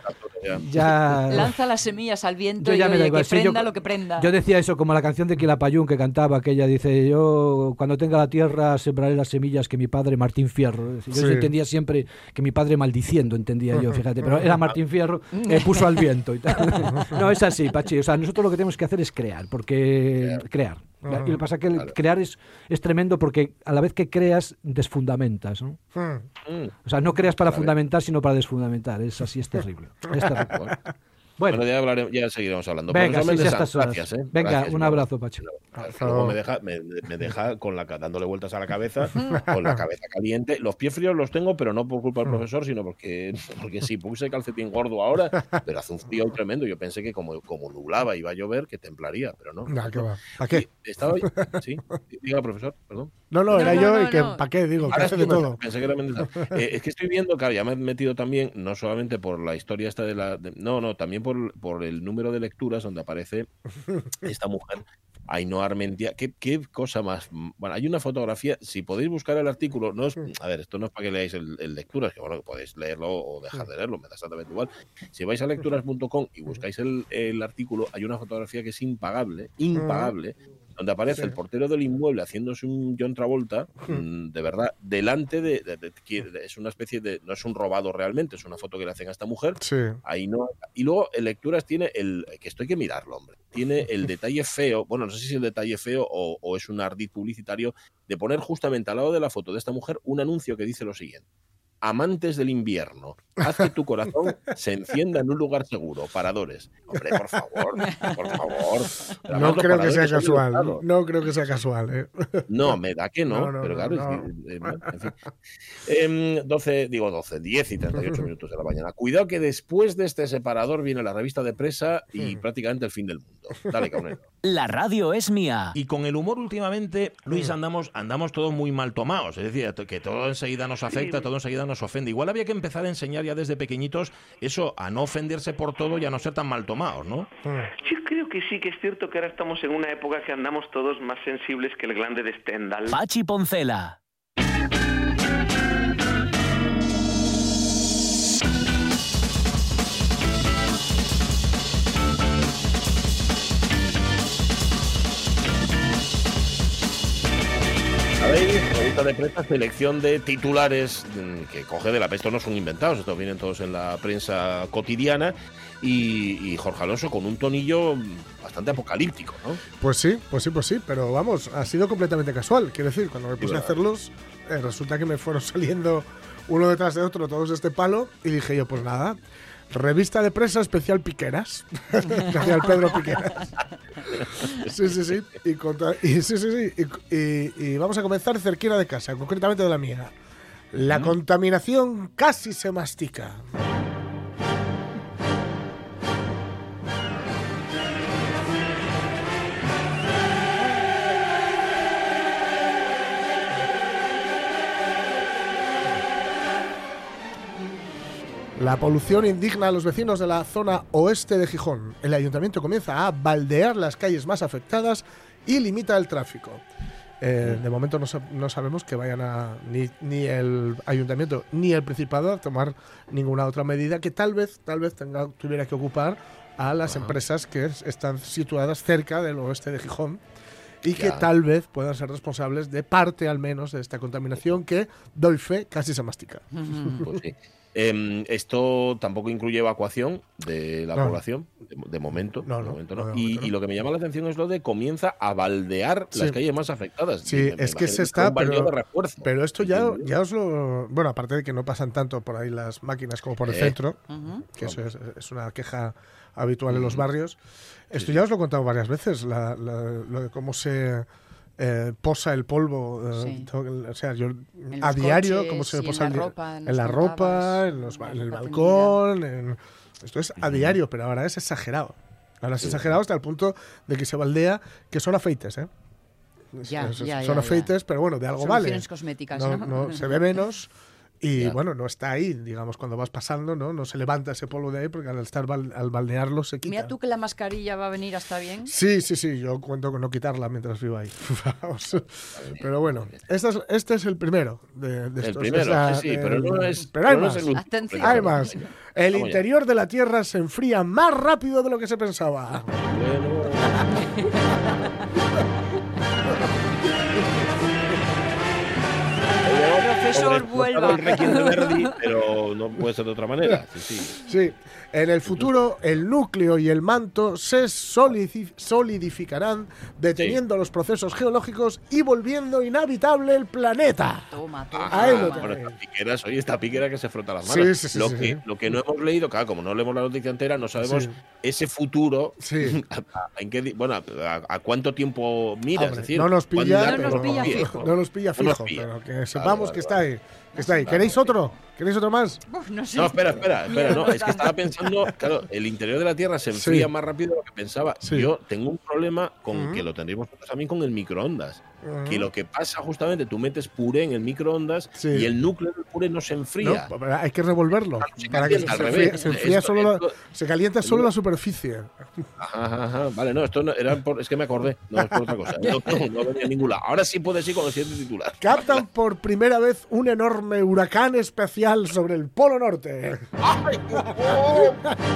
ya lanza las semillas al viento y oye, que sí, prenda yo, lo que prenda. Yo decía eso, como la canción de Quilapayún que cantaba, que ella dice, yo cuando tenga la tierra sembraré las semillas que mi padre Martín Fierro. Yo sí. entendía siempre que mi padre maldiciendo, entendía yo, fíjate, pero era Martín Fierro, eh, puso al viento y tal. No, es así, Pachi. O sea, nosotros lo que tenemos que hacer es crear, porque crear. Uh-huh. Y lo que pasa es que claro. crear es, es tremendo porque a la vez que creas, desfundamentas, ¿no? Uh-huh. O sea, no creas para vale. fundamentar, sino para desfundamentar. Es así, es terrible. Es terrible. Bueno, bueno ya, hablaremos, ya seguiremos hablando. Venga, sí, sí, estas horas. Gracias, ¿eh? Venga, gracias, un abrazo, Pachi. Luego me deja, me, me deja con la, dándole vueltas a la cabeza, con la cabeza caliente. Los pies fríos los tengo, pero no por culpa del profesor, sino porque, porque sí, puse calcetín gordo ahora, pero hace un frío tremendo. Yo pensé que como, como nublaba iba a llover, que templaría, pero no. Nah, ¿qué va? ¿A qué? Estaba, sí, diga, profesor, perdón. No, no, era no, yo no, y que no. ¿para qué? Digo, que hace de todo. Pensé que era mentira. Eh, es que estoy viendo, claro, ya me he metido también, no solamente por la historia esta de la... De, no, no, también por, por el número de lecturas donde aparece esta mujer, Ainhoa Armentia. ¿Qué, qué cosa más... Bueno, hay una fotografía, si podéis buscar el artículo, no es, a ver, esto no es para que leáis el, el lecturas, que bueno, que podéis leerlo o dejar de leerlo, me da exactamente igual. Si vais a lecturas punto com y buscáis el, el artículo, hay una fotografía que es impagable, impagable, donde aparece sí. el portero del inmueble haciéndose un John Travolta, mm. de verdad, delante de, de, de, de... Es una especie de... No es un robado realmente, es una foto que le hacen a esta mujer. Sí. Ahí no... Y luego en lecturas tiene el... Que esto hay que mirarlo, hombre. Tiene el detalle feo, bueno, no sé si es el detalle feo o, o es un ardid publicitario, de poner justamente al lado de la foto de esta mujer un anuncio que dice lo siguiente. Amantes del invierno, haz que tu corazón se encienda en un lugar seguro. Paradores. Hombre, por favor, por favor. No creo que sea casual. No, no creo que sea casual. ¿eh? No, me da que no, no, no pero claro, no, no. Es que, eh, en fin. Eh, doce, digo doce, diez y treinta y ocho minutos de la mañana. Cuidado que después de este separador viene la revista de Presa y prácticamente el fin del mundo. Dale, Caunero. La radio es mía. Y con el humor últimamente, Luis, andamos, andamos todos muy mal tomados. Es decir, que todo enseguida nos afecta, todo enseguida nos ofende. Igual había que empezar a enseñar ya desde pequeñitos eso, a no ofenderse por todo y a no ser tan mal tomados, ¿no? Yo creo que sí, que es cierto que ahora estamos en una época que andamos todos más sensibles que el glande de Stendhal. Pachi Poncela. ¿Sabéis? Revista de Prensa, selección de titulares que coge de la peste. Estos no son inventados, estos vienen todos en la prensa cotidiana. Y, y Jorge Alonso con un tonillo bastante apocalíptico, ¿no? Pues sí, pues sí, pues sí, pero vamos, ha sido completamente casual. Quiero decir, cuando me puse a hacerlos, eh, resulta que me fueron saliendo uno detrás de otro todos de este palo y dije yo, pues nada, revista de prensa especial Piqueras. Especial Pedro Piqueras. Sí, sí, sí. Y, contra, y, sí, sí, sí. Y, y, y vamos a comenzar cerquita de casa, concretamente de la mía. La ¿Mm? contaminación casi se mastica. La polución indigna a los vecinos de la zona oeste de Gijón. El ayuntamiento comienza a baldear las calles más afectadas y limita el tráfico. Eh, de momento no, no sabemos que vayan a ni, ni el ayuntamiento ni el Principado a tomar ninguna otra medida que tal vez, tal vez tenga, tuviera que ocupar a las Ajá. empresas que están situadas cerca del oeste de Gijón y que ya. tal vez puedan ser responsables de parte al menos de esta contaminación que, doy fe, casi se mastica. Pues sí. Eh, esto tampoco incluye evacuación de la no. población, de, de momento. No, de no, momento no. no, Y, no. y lo que me llama la atención es lo de comienza a baldear sí. las calles más afectadas. Sí, me, me es que se está, pero, de pero esto ya, ya os lo... Bueno, aparte de que no pasan tanto por ahí las máquinas como por el eh. centro, uh-huh. que eso es, es una queja habitual uh-huh. en los barrios, esto sí. ya os lo he contado varias veces, la, la, lo de cómo se... Eh, posa el polvo, eh, sí. todo, o sea, yo en a diario, coches, cómo se posa en el, la ropa, en la ropa, en, los, en el balcón, en, esto es a diario, pero ahora es exagerado. Ahora es sí. exagerado hasta el punto de que se baldea que son afeites, ¿eh? Ya, es, ya, son ya, afeites, ya. pero bueno, de algo Soluciones vale. cosméticas, no, ¿no? no se ve menos. Y ya. bueno, no está ahí, digamos, cuando vas pasando, ¿no? No se levanta ese polvo de ahí porque al estar bal al baldearlo se quita. Mira tú que la mascarilla va a venir hasta bien. Sí, sí, sí, yo cuento con no quitarla mientras vivo ahí. Pero bueno, este es, este es el primero de, de estos. El primero, Esa, sí, sí, eh, pero no es, pero hay pero más. No es el Atención. Hay más. El Vamos interior ya. de la Tierra se enfría más rápido de lo que se pensaba. Bueno. Profesor, vuelva. El Requiem de Verdi, pero no puede ser de otra manera. Sí, sí. sí, en el futuro el núcleo y el manto se solidificarán, deteniendo sí. los procesos geológicos y volviendo inhabitable el planeta. Toma, toma. Ahí lo bueno, estas piqueras, oye, esta piquera que se frota las manos. Sí, sí, sí, lo, sí, que, sí. lo que no hemos leído, claro, como no leemos la noticia entera, no sabemos sí. ese futuro. Sí. A, en qué, bueno, a, a cuánto tiempo mira. Hombre, es decir, no nos pilla, no nos pilla fijo. fijo. No nos pilla fijo, no nos pilla. pero que sepamos vale, vale, que está vale. ahí. Que está ahí. ¿Queréis otro? ¿Queréis otro más? Uf, no sé. No, espera, espera, espera, no, es que estaba pensando, claro, el interior de la Tierra se enfría sí. más rápido de lo que pensaba. Sí. Yo tengo un problema con uh-huh. que lo tendríamos también con el microondas. Uh-huh. Que lo que pasa justamente, tú metes puré en el microondas sí. y el núcleo del puré no se enfría. No, hay que revolverlo. Claro, se para que se, se, enfría, se, enfría esto, solo esto, la, se calienta esto, solo la superficie. Ajá, ajá, vale, no, esto no, era por, es que me acordé, no es por otra cosa. No, no, no venía ningún lado. Ahora sí puedes ir con el siguiente titular. Captan por primera vez un enorme huracán espacial sobre el Polo Norte. ¡Ay, oh!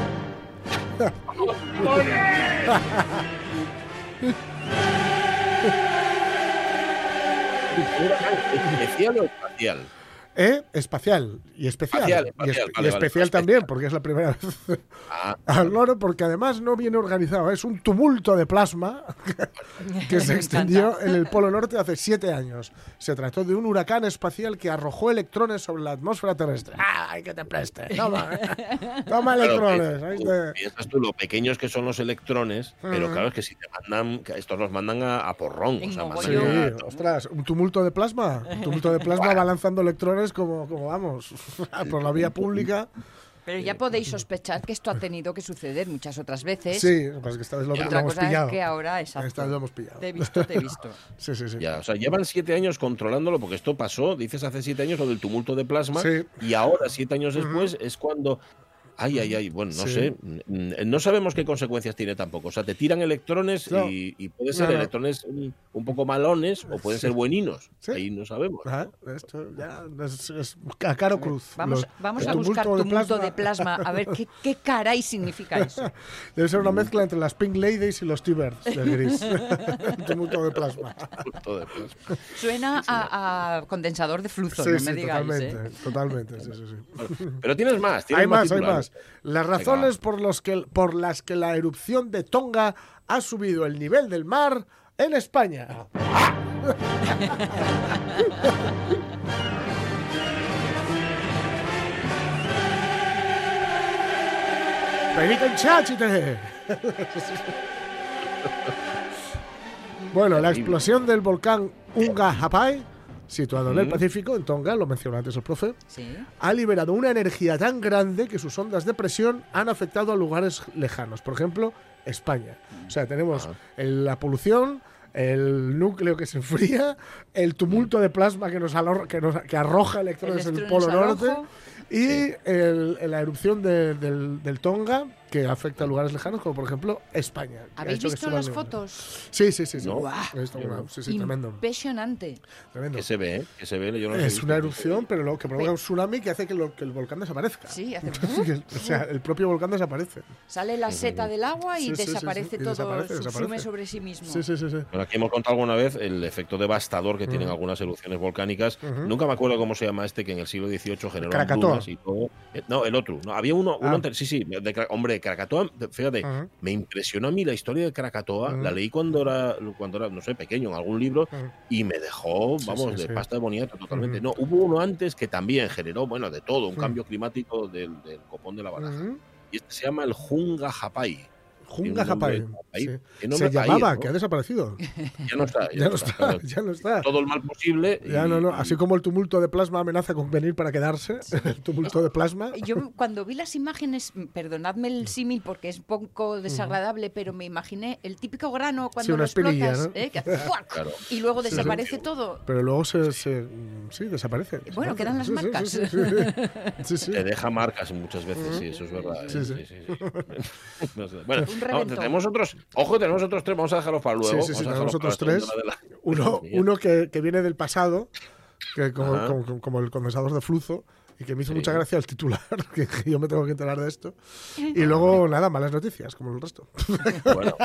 ¿Especial o espacial? ¿Eh? Espacial y especial. Espacial, y, espacial, es, vale, y especial vale, también, especial. porque es la primera vez ah, al loro, porque además no viene organizado. Es un tumulto de plasma que se extendió en el Polo Norte hace siete años. Se trató de un huracán espacial que arrojó electrones sobre la atmósfera terrestre. ¡Ay, que te preste! Toma, toma electrones. Claro, tú, piensas tú lo pequeños que son los electrones, uh-huh. pero claro, es que si te mandan, estos los mandan a, a porrón. O sea, no, sí, a, ostras, un tumulto de plasma. Un tumulto de plasma va lanzando electrones como, como vamos, por la vía pública. Pero ya podéis sospechar que esto ha tenido que suceder muchas otras veces. Sí, pues que esta vez lo, y lo otra hemos cosa pillado. Es que ahora, exacto. Esta vez lo hemos pillado. Te he visto, te he visto. Sí, sí, sí. Ya, o sea, llevan siete años controlándolo, porque esto pasó, dices hace siete años, lo del tumulto de plasma, sí. y ahora, siete años después, uh-huh. es cuando... Ay, ay, ay, bueno, no sí. sé, no sabemos qué consecuencias tiene tampoco. O sea, te tiran electrones no. y, y pueden ser no, no. electrones un, un poco malones o pueden sí. ser bueninos. Sí. Ahí no sabemos. Ajá, esto ya es, es a caro cruz. Vamos, Los, vamos a buscar tumulto de plasma, de plasma a ver qué, qué caray significa eso. Debe ser una mezcla entre las Pink Ladies y los T-Birds de gris. tumulto de plasma. Tumulto de plasma. Suena sí. a, a condensador de flujo, sí, no sí, me digáis. Totalmente, ¿eh? totalmente. Sí, sí, sí. Pero tienes más. Tienes hay más, más hay más. Las razones por, los que, por las que la erupción de Tonga ha subido el nivel del mar en España. Bueno, la explosión del volcán Unga Hapai, situado en el Pacífico, en Tonga, lo mencionó antes el profe, ¿sí? ha liberado una energía tan grande que sus ondas de presión han afectado a lugares lejanos. Por ejemplo, España. O sea, tenemos el, la polución, el núcleo que se enfría, el tumulto de plasma que nos, alor, que, nos que arroja electrones en el Polo Norte y sí. el, la erupción de, del, del Tonga, que afecta a lugares lejanos, como por ejemplo España. ¿Habéis visto las fotos? Sí, sí, sí. sí. ¿No? Wow. Una, sí, sí, tremendo. Impresionante. Tremendo. ¿Qué se ve? ¿Qué se ve? Yo no es una erupción, pero lo que provoca un tsunami que hace que, lo, que el volcán desaparezca. Sí, hace O sea, el propio volcán desaparece. Sale la seta del agua y sí, sí, desaparece sí, sí. Y todo, desaparece, subsume desaparece. sobre sí mismo. Sí, sí, sí. sí. Bueno, aquí hemos contado alguna vez el efecto devastador que uh-huh. tienen algunas erupciones volcánicas. Uh-huh. Nunca me acuerdo cómo se llama este que en el siglo dieciocho generó Krakatoa. además, y todo. No, el otro. No, había uno, uno Ah. antes- sí, sí, de, hombre, Krakatoa, fíjate, Ajá. me impresionó a mí la historia de Krakatoa, Ajá. la leí cuando era, cuando era, no sé, pequeño, en algún libro, Ajá. y me dejó, Sí, vamos, sí, de sí. pasta de boniato totalmente. Ujú. No, hubo uno antes que también generó, bueno, de todo, un Ujú. cambio climático del, del copón de la baraja. Ujú. Y este se llama el Junga Hapai. Junga Hapai. Sí. Tiene nombre Se país, llamaba, ¿no? que ha desaparecido. Ya no está. Ya no está, ya no está. Todo el mal posible. y- Ya no, no. y- Así como el tumulto de plasma amenaza con venir para quedarse, el tumulto de plasma. Yo cuando vi las imágenes, perdonadme el símil porque es poco desagradable, pero me imaginé el típico grano cuando Sí, una lo espinilla, explotas, ¿no? ¿eh? Que hace ¡fuac! Claro. Y luego Sí, desaparece sí. todo. Pero luego se, se- sí, desaparece. Bueno, desaparece. quedan las Sí, sí, marcas. Sí, sí, sí. Sí, sí. Te deja marcas muchas veces, sí, eso es verdad. ¿eh? Sí, sí. Sí, sí, sí. No sé. Bueno, Un no, reventón. tenemos otros. Ojo, tenemos otros tres, vamos a dejarlos para luego. Sí, sí, sí, vamos a tenemos dejarlos otros para la tres. segunda de la- Uno, Madre mía. uno que, que viene del pasado, que como, Ajá. como, como el condensador de flujo, y que me hizo Sí. mucha gracia el titular, que yo me tengo que enterar de esto. Y luego, nada, malas noticias, como el resto. Bueno,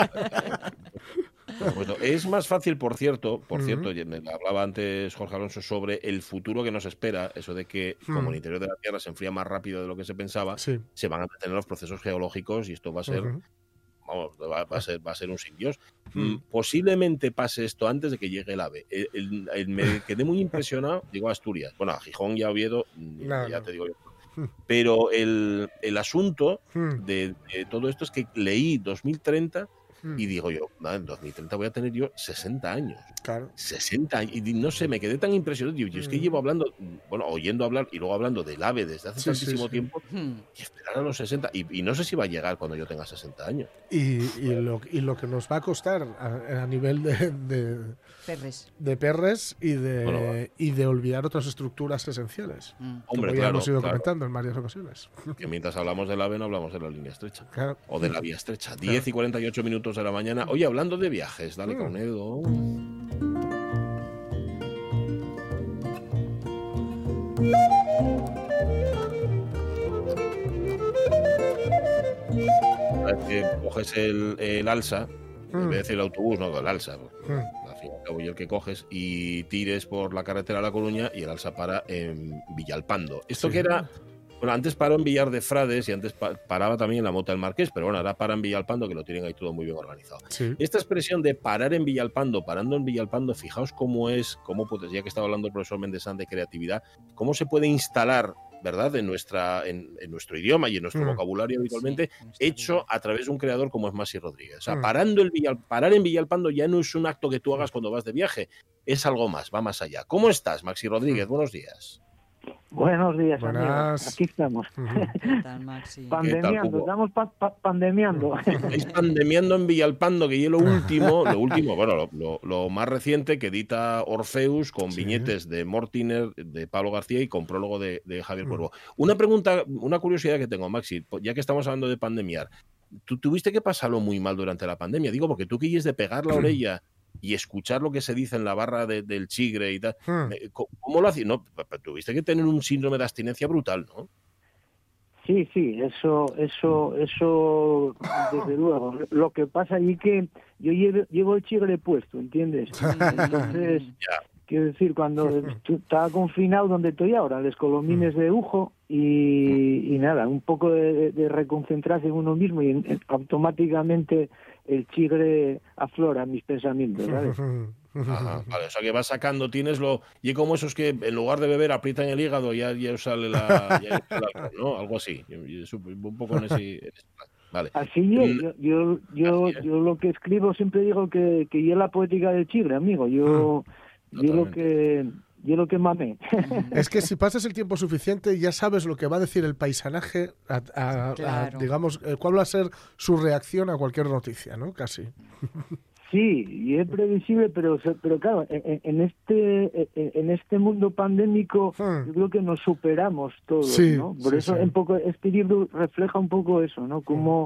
bueno, es más fácil, por cierto, por Ujú. cierto, y me hablaba antes Jorge Alonso sobre el futuro que nos espera, eso de que como Mm. el interior de la Tierra se enfría más rápido de lo que se pensaba, Sí. se van a detener los procesos geológicos y esto va a ser, Ujú. vamos, va, va a ser, va a ser un sin Dios. Mm. Mm, Posiblemente pase esto antes de que llegue el AVE. El- el- el- me quedé muy impresionado, digo a Asturias, bueno, a Gijón y a Oviedo, mm, No, ya no. te digo yo. Mm. Pero el, el asunto Mm. de, de todo esto es que leí dos mil treinta Mm. y digo yo, "Nada, en dos mil treinta voy a tener yo sesenta años. Claro. sesenta años. Y no sé, me quedé tan impresionado. Digo, yo es que Mm. llevo hablando, bueno, oyendo hablar y luego hablando del AVE desde hace Sí, sí, tantísimo sí. tiempo Hmm. y esperar a los sesenta. Y, y no sé si va a llegar cuando yo tenga sesenta años. Y, y, lo, y lo que nos va a costar a, a nivel de, de, Perres. de perres y de, Bueno, y de olvidar otras estructuras esenciales. Mm. Hombre, como ya claro, hemos ido claro. comentando en varias ocasiones. Que mientras hablamos del AVE no hablamos de la línea estrecha. Claro. O de la vía estrecha. diez y cuarenta y ocho minutos de la mañana. Oye, hablando de viajes, dale, Mm. Caunedo. Sabes que coges el, el alsa, en Mm. vez de decir el autobús, no, el alsa. Mm. Al fin y al cabo, y el que coges y tires por la carretera a La Coruña y el alsa para en Villalpando. Esto Sí. que era. Bueno, antes paró en Villar de Frades y antes pa- paraba también en la Mota del Marqués, pero bueno, ahora para en Villalpando, que lo tienen ahí todo muy bien organizado. Sí. Esta expresión de parar en Villalpando, parando en Villalpando, fijaos cómo es, cómo puedes, ya que estaba hablando el profesor Mendesán de creatividad, cómo se puede instalar, ¿verdad?, en, nuestra, en, en nuestro idioma y en nuestro Mm. vocabulario habitualmente, Sí, nuestra hecho vida. a través de un creador como es Masi Rodríguez. O sea, Mm. parando el Villal, parar en Villalpando ya no es un acto que tú hagas cuando vas de viaje, es algo más, va más allá. ¿Cómo estás, Maxi Rodríguez? Buenos días. Buenos días, Buenas. amigos. Aquí estamos. Ujú. ¿Qué tal, Maxi? Pandemiando, Hugo? estamos pa- pa- pandemiando. Estáis pandemiando en Villalpando, que yo lo último, lo último, bueno, lo, lo- lo más reciente que edita Orfeus con Sí. viñetes de Mortiner, de Pablo García y con prólogo de, de Javier Mm. Cuervo. Una pregunta, una curiosidad que tengo, Maxi, ya que estamos hablando de pandemiar, ¿tú tuviste que pasarlo muy mal durante la pandemia? Digo, porque tú que es de pegar la orella y escuchar lo que se dice en la barra de- del chigre y tal, Mm. eh, ¿cómo cómo lo hacías? No, pero tuviste que tener un síndrome de abstinencia brutal, ¿no? Sí, sí, eso, eso, eso, desde luego. Lo que pasa allí que yo llevo, llevo el chigre puesto, ¿entiendes? Entonces, quiero decir, cuando tú- estaba confinado donde estoy ahora, los colomines de Ujo y, y nada, un poco de, de reconcentrarse en uno mismo y en- en- automáticamente el chigre aflora mis pensamientos, ¿sabes? Ajá, vale, o sea que vas sacando, tienes lo. Y como esos que en lugar de beber aprietan el hígado, ya, ya sale la. Ya sale el alcohol, ¿no? Algo así. Y es un un poco en ese. en ese plan. Vale. Así es, Mm, yo, yo, yo, así es. yo lo que escribo siempre digo que, que yo la poética del chigre, amigo. Yo, yo lo Totalmente. que yo lo que mamé. Es que si pasas el tiempo suficiente ya sabes lo que va a decir el paisanaje, a, a- a- Claro. digamos, eh, cuál va a ser su reacción a cualquier noticia, ¿no? Casi. Sí, y es previsible, pero pero claro, en, en este en en este mundo pandémico Hmm. yo creo que nos superamos todos, Sí, ¿no? Por sí, eso sí. un poco este libro refleja un poco eso, ¿no? Como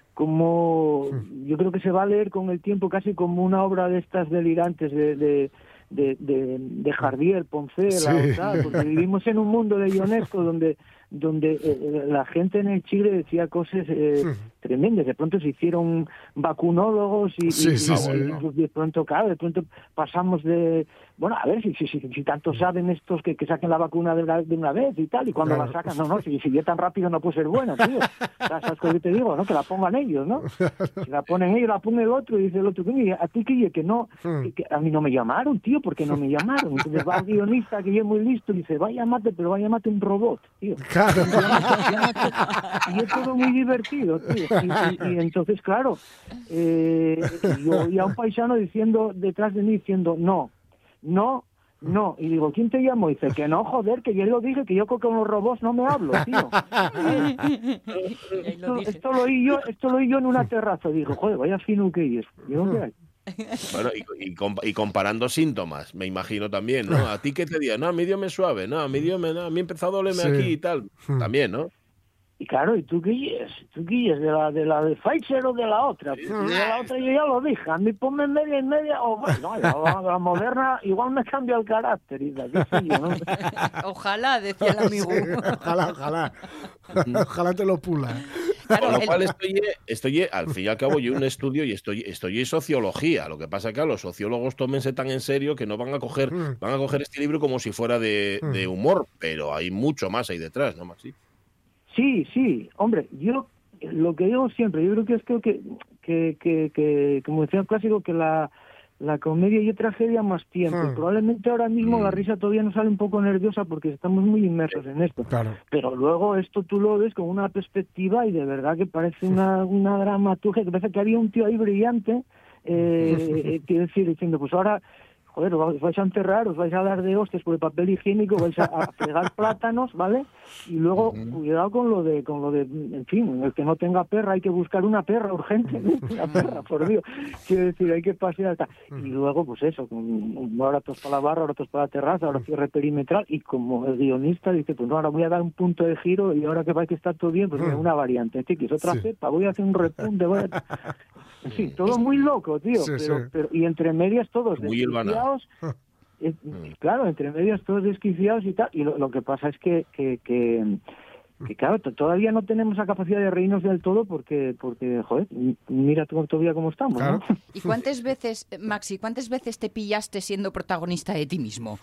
como yo creo que se va a leer con el tiempo casi como una obra de estas delirantes de de de, de, de Jardier, Poncela, Sí. o tal, porque vivimos en un mundo de Ionesco donde donde eh, la gente en el Chile decía cosas eh, Hmm. tremendas. De pronto se hicieron vacunólogos y, Sí, y- sí, y- sí. y, pues, de pronto, claro, de pronto pasamos de, bueno, a ver, si si, si, si tanto saben estos que, que saquen la vacuna de, la, de una vez y tal, y cuando claro. la sacan, no, no, si, si ya tan rápido no puede ser buena, tío. ¿Sabes lo que te digo, no? Que la pongan ellos, ¿no? Si la ponen ellos, la pone el otro, y dice el otro, a ti que, que no, que, que a mí no me llamaron, tío, porque no me llamaron. Entonces va el guionista, que yo es muy listo, y dice, va a llamarte, pero va a llamarte un robot, tío. Claro. Y es todo muy divertido, tío. Y, y, y entonces, claro, eh, yo oía a un paisano diciendo, detrás de mí, diciendo, no, no, no. Y digo, ¿quién te llamó? Y dice, que no, joder, que yo lo dije, que yo con los robots no me hablo, tío. esto, esto lo oí yo, esto lo oí yo en una terraza. Digo, joder, vaya fino que es. Digo, ¿qué hay? Bueno, y, y, y comparando síntomas, me imagino también, ¿no? ¿A ti qué te diga? No, a mí Dios me suave, no, a mí Dios me, no, a mí empezó a dolerme sí. aquí y tal. También, ¿no? Y claro, ¿y tú qué es? ¿Tú qué es? ¿De la de la de Pfizer o de la otra? Sí. De la otra yo ya lo dije, a mí ponme media y media, o bueno, la, la, la Moderna igual me cambia el carácter, y la, qué sé yo, ¿no? Ojalá, decía el amigo. Sí, ojalá, ojalá. Ojalá te lo pula. Claro, con lo cual estoy, estoy, al fin y al cabo, yo un estudio y estoy, estoy en sociología. Lo que pasa es que los sociólogos tómense tan en serio que no van a coger, mm. van a coger este libro como si fuera de, mm. de humor, pero hay mucho más ahí detrás, ¿no, Maxi? Sí, sí, hombre, yo lo que digo siempre, yo creo que es creo que, que, que, que como decía el clásico, que la, la comedia y tragedia más tiempo. Hmm. Probablemente ahora mismo hmm. la risa todavía nos sale un poco nerviosa porque estamos muy inmersos en esto. Claro. Pero luego esto tú lo ves con una perspectiva y de verdad que parece una, una dramaturgia, que parece que había un tío ahí brillante, eh, quiero decir, diciendo, pues ahora... Joder, os vais a enterrar, os vais a dar de hostias por el papel higiénico, vais a, a fregar plátanos, ¿vale? Y luego, uh-huh. cuidado con lo de, con lo de, en fin, el que no tenga perra, hay que buscar una perra urgente, una perra, por Dios. Quiero decir, hay que pasear hasta... Y luego, pues eso, con, ahora todos para la barra, ahora todos para la terraza, ahora cierre perimetral, y como el guionista dice, pues no, ahora voy a dar un punto de giro, y ahora que va a que estar todo bien, pues uh-huh. una variante, chiquis, otra sí. cepa, voy a hacer un repunte, voy a... En fin, todo muy loco, tío, sí, pero, sí. pero y entre medias todos muy desquiciados, eh, claro, entre medias todos desquiciados y tal, y lo, lo que pasa es que, que, que, que claro, t- todavía no tenemos la capacidad de reírnos del todo porque, porque joder, mira tú todavía cómo estamos, claro. ¿no? ¿Y cuántas veces, Maxi, cuántas veces te pillaste siendo protagonista de ti mismo?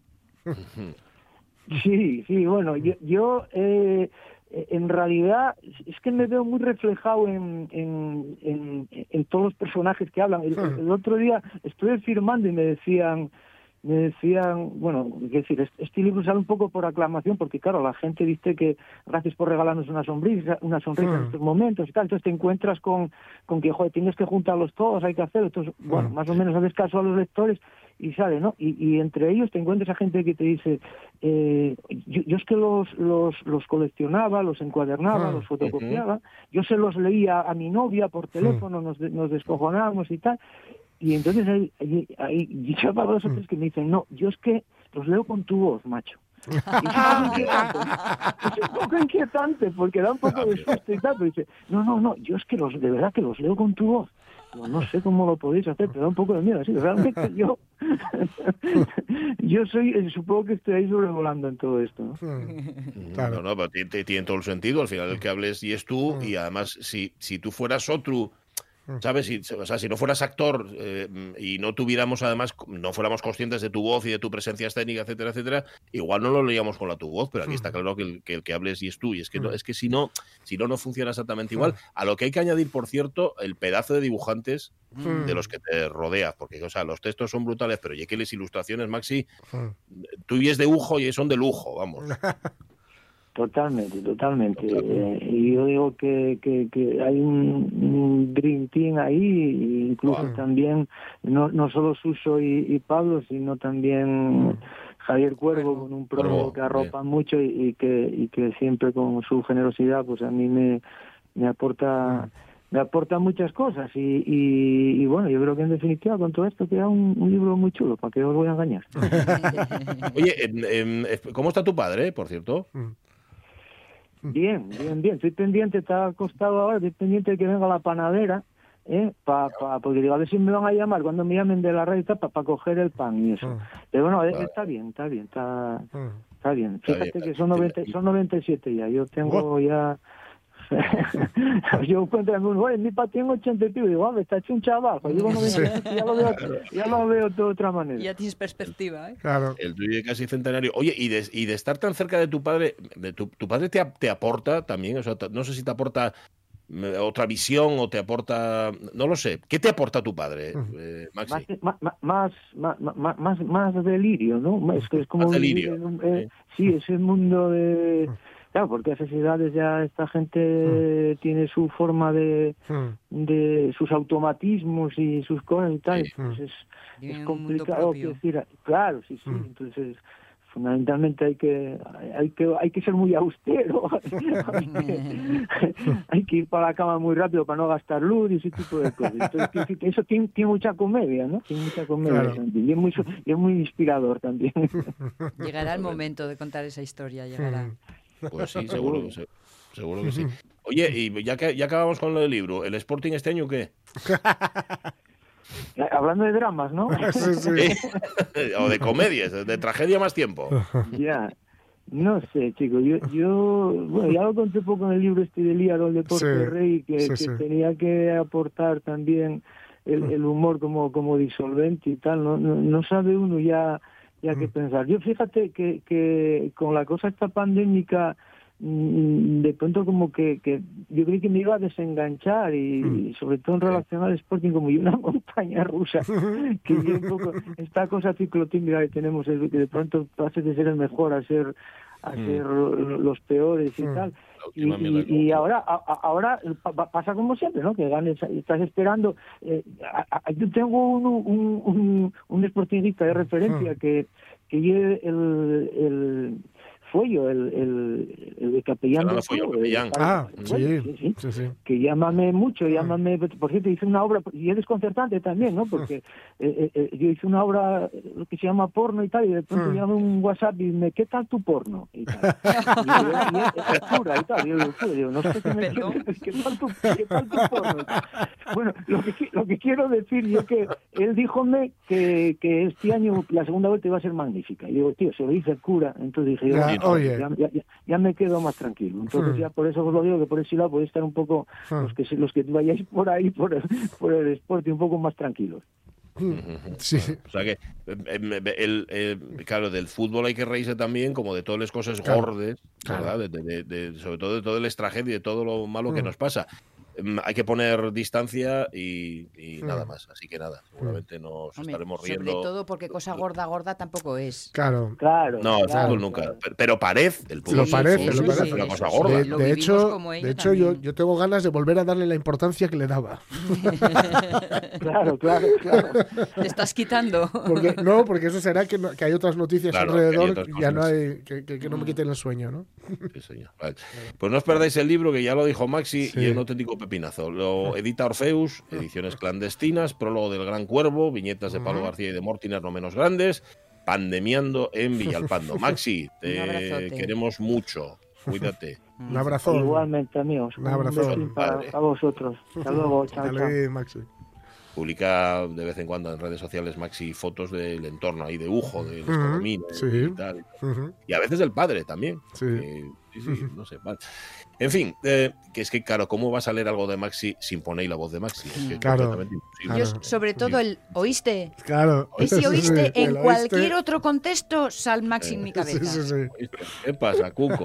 Sí, sí, bueno, yo... yo eh, en realidad es que me veo muy reflejado en, en, en, en todos los personajes que hablan. El, el otro día estuve firmando y me decían, me decían, bueno, es decir, este libro sale un poco por aclamación porque claro, la gente dice que gracias por regalarnos una sonrisa, una sonrisa en estos momentos y tal, entonces te encuentras con, con que, joder, tienes que juntarlos todos, hay que hacerlo, entonces, bueno, más o menos haces caso a los lectores y sale, ¿no? Y, y entre ellos te encuentras a gente que te dice, eh, yo, yo es que los, los, los coleccionaba, los encuadernaba, uh-huh. los fotocopiaba, uh-huh. yo se los leía a mi novia por teléfono, uh-huh. nos, nos descojonábamos y tal, y entonces hay, hay, hay yo para los otros que me dicen, no, yo es que los leo con tu voz, macho. Y es un poco inquietante, es un poco inquietante porque da un poco de susto y tal, pero dice, no, no, no, yo es que los, de verdad que los leo con tu voz. No, no sé cómo lo podéis hacer, pero da un poco de miedo. Sí, realmente yo yo soy, supongo que estoy ahí sobrevolando en todo esto, ¿no? Claro. No, no, pero tiene, tiene todo el sentido. Al final el que hables y es tú, y además si, si tú fueras otro... ¿Sabes? Si, o sea, si no fueras actor eh, y no tuviéramos, además, no fuéramos conscientes de tu voz y de tu presencia escénica, etcétera, etcétera, igual no lo leíamos con la tu voz, pero aquí está claro que el que, el que hables y es tú. Y es que, no, es que si no, si no, no funciona exactamente igual. A lo que hay que añadir, por cierto, el pedazo de dibujantes de los que te rodeas, porque, o sea, los textos son brutales, pero ya que las ilustraciones, Maxi, tú y es de lujo y son de lujo, vamos. Totalmente, totalmente. Eh, y yo digo que, que, que hay un, un Dream Team ahí, incluso wow. también, no, no solo Suso y, y Pablo, sino también mm. Javier Cuervo, con un pro que arropa bien. mucho y, y que y que siempre con su generosidad, pues a mí me, me aporta... Mm. me aporta muchas cosas y, y, y bueno, yo creo que en definitiva con todo esto queda un, un libro muy chulo, ¿para qué os voy a engañar? Oye, eh, eh, ¿cómo está tu padre, por cierto? Bien, bien, bien. Estoy pendiente, está acostado ahora, estoy pendiente de que venga la panadera, ¿eh? Pa, pa, porque digo, a ver si me van a llamar cuando me llamen de la radio para pa coger el pan y eso. Uh, Pero bueno, vale. está bien, está bien, está, uh, está bien. Fíjate está bien, que son, noventa, son noventa y siete ya, yo tengo uh. ya... Yo encuentro a uno, mi papá tiene ochenta y pico, digo, hombre, está hecho un chaval. Pues digo, no, sí. ya, lo veo, ya lo veo de otra manera. Ya tienes perspectiva, ¿eh? Claro. El tuyo casi centenario. Oye, y de, y de estar tan cerca de tu padre, de tu, tu padre te, te aporta también, o sea, no sé si te aporta otra visión o te aporta, no lo sé. ¿Qué te aporta tu padre, eh, Maxi? Más, más, más, más, más, más delirio, ¿no? Es, es como más delirio. Un, eh, sí, ese mundo de... Claro, porque a esas edades ya esta gente mm. tiene su forma de, mm. de sus automatismos y sus cosas y tal. Sí. Pues es, es complicado. Decir, claro, sí, sí. Mm. Entonces, fundamentalmente hay que hay que hay que ser muy austero. hay, que, hay que ir para la cama muy rápido para no gastar luz y ese tipo de cosas. Entonces, eso tiene, tiene mucha comedia, ¿no? Tiene mucha comedia claro. también. Y es muy y es muy inspirador también. Llegará el momento de contar esa historia, llegará. Pues sí, seguro, seguro que sí. Oye, y ya que ya acabamos con lo del libro, ¿el Sporting este año qué? Hablando de dramas, ¿no? Sí, sí. O de comedias, de tragedia más tiempo. Ya, no sé, chicos, yo, yo bueno, ya lo conté un poco en el libro este de Líaro, el deporte sí, rey, que, sí, que sí. tenía que aportar también el, el humor como, como disolvente y tal, no, no, no sabe uno ya... ya que pensar. Yo fíjate que, que con la cosa esta pandémica de pronto como que, que yo creí que me iba a desenganchar y, mm. y sobre todo en relación al Sporting como una montaña rusa que yo un poco esta cosa ciclotímica que tenemos es que de pronto pases de ser el mejor a ser a mm. ser los peores y mm. tal y, y, y ahora a, ahora pasa como siempre, ¿no? Que ganes, estás esperando eh, a, a, yo tengo un un, un, un sportingista de referencia mm. que que lleve el, el Fuello, el, el, el capellán del Fuello, capellán. Ah, sí, sí, sí. sí, sí. Que llámame mucho, llámame, por cierto, hice una obra, y es desconcertante también, ¿no? Porque eh, eh, yo hice una obra lo que se llama porno y tal, y de pronto llamo un WhatsApp y me, ¿qué tal tu porno? Y tal. Y yo, y es, es pura y tal, y yo digo, digo, no sé qué me quieres, ¿qué tal tu, qué tal tu porno? Bueno, lo que, lo que quiero decir yo que él díjome que, que este año la segunda vuelta iba a ser magnífica. Y digo, tío, se lo dice el cura, entonces dije, ya, no, oye. Ya, ya, ya me quedo más tranquilo. Entonces ya por eso os lo digo, que por ese lado podéis estar un poco, los que los que vayáis por ahí, por el, por el Sporting, un poco más tranquilos. Sí. O sea que, el, el, el, claro, del fútbol hay que reírse también, como de todas las cosas claro. gordes, ¿verdad? Claro. De, de, de, sobre todo de todo el tragedia y de todo lo malo mm. que nos pasa. Hay que poner distancia y, y mm. nada más. Así que nada, seguramente nos Hombre, estaremos riendo. Sobre todo porque cosa gorda, gorda tampoco es. Claro. Claro. No, el claro, fútbol nunca. Claro. Pero parece. El lo parece, sí, lo parece. Es una cosa gorda. De, de hecho, de hecho yo, yo tengo ganas de volver a darle la importancia que le daba. Claro, claro, claro. Te estás quitando. Porque, no, porque eso será que, no, que hay otras noticias claro, alrededor que ya no hay, que, que, que no me quiten el sueño, ¿no? Sí, señor. Vale. Pues no os perdáis el libro, que ya lo dijo Maxi, sí. y es un auténtico pepinazo. Lo edita Orfeus, ediciones clandestinas, prólogo del Gran Cuervo, viñetas de Pablo García y de Mortiner, no menos grandes, pandemiando en Villalpando. Maxi, te queremos mucho. Cuídate. Un abrazo. Igualmente, amigos. Un abrazo. Un para, para vosotros. Hasta luego. Chao, Dale, chao. Maxi. Publica de vez en cuando en redes sociales Maxi fotos del entorno ahí de Ujo, de Escolomín uh-huh. sí. y tal. Uh-huh. Y a veces del padre también. Sí. Eh, sí, sí, no sé, vale. En fin, eh, que es que, claro, ¿cómo vas a leer algo de Maxi sin poner la voz de Maxi? Es que claro. es completamente imposible. Yo, sobre todo el ¿oíste? Claro. Ese ¿oíste? Sí, en oíste. Cualquier otro contexto, sal Maxi eh, en mi cabeza. Sí, sí, sí. ¿Qué pasa, Cuco?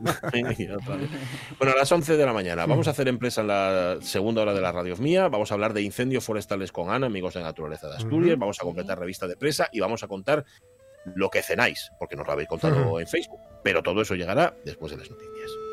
Bueno, a las once de la mañana vamos a hacer empresa en la segunda hora de la Radio Mía. Vamos a hablar de incendios forestales con Ana, amigos de Naturaleza de Asturias. Uh-huh. Vamos a completar revista de presa y vamos a contar lo que cenáis, porque nos lo habéis contado uh-huh. en Facebook. Pero todo eso llegará después de las noticias.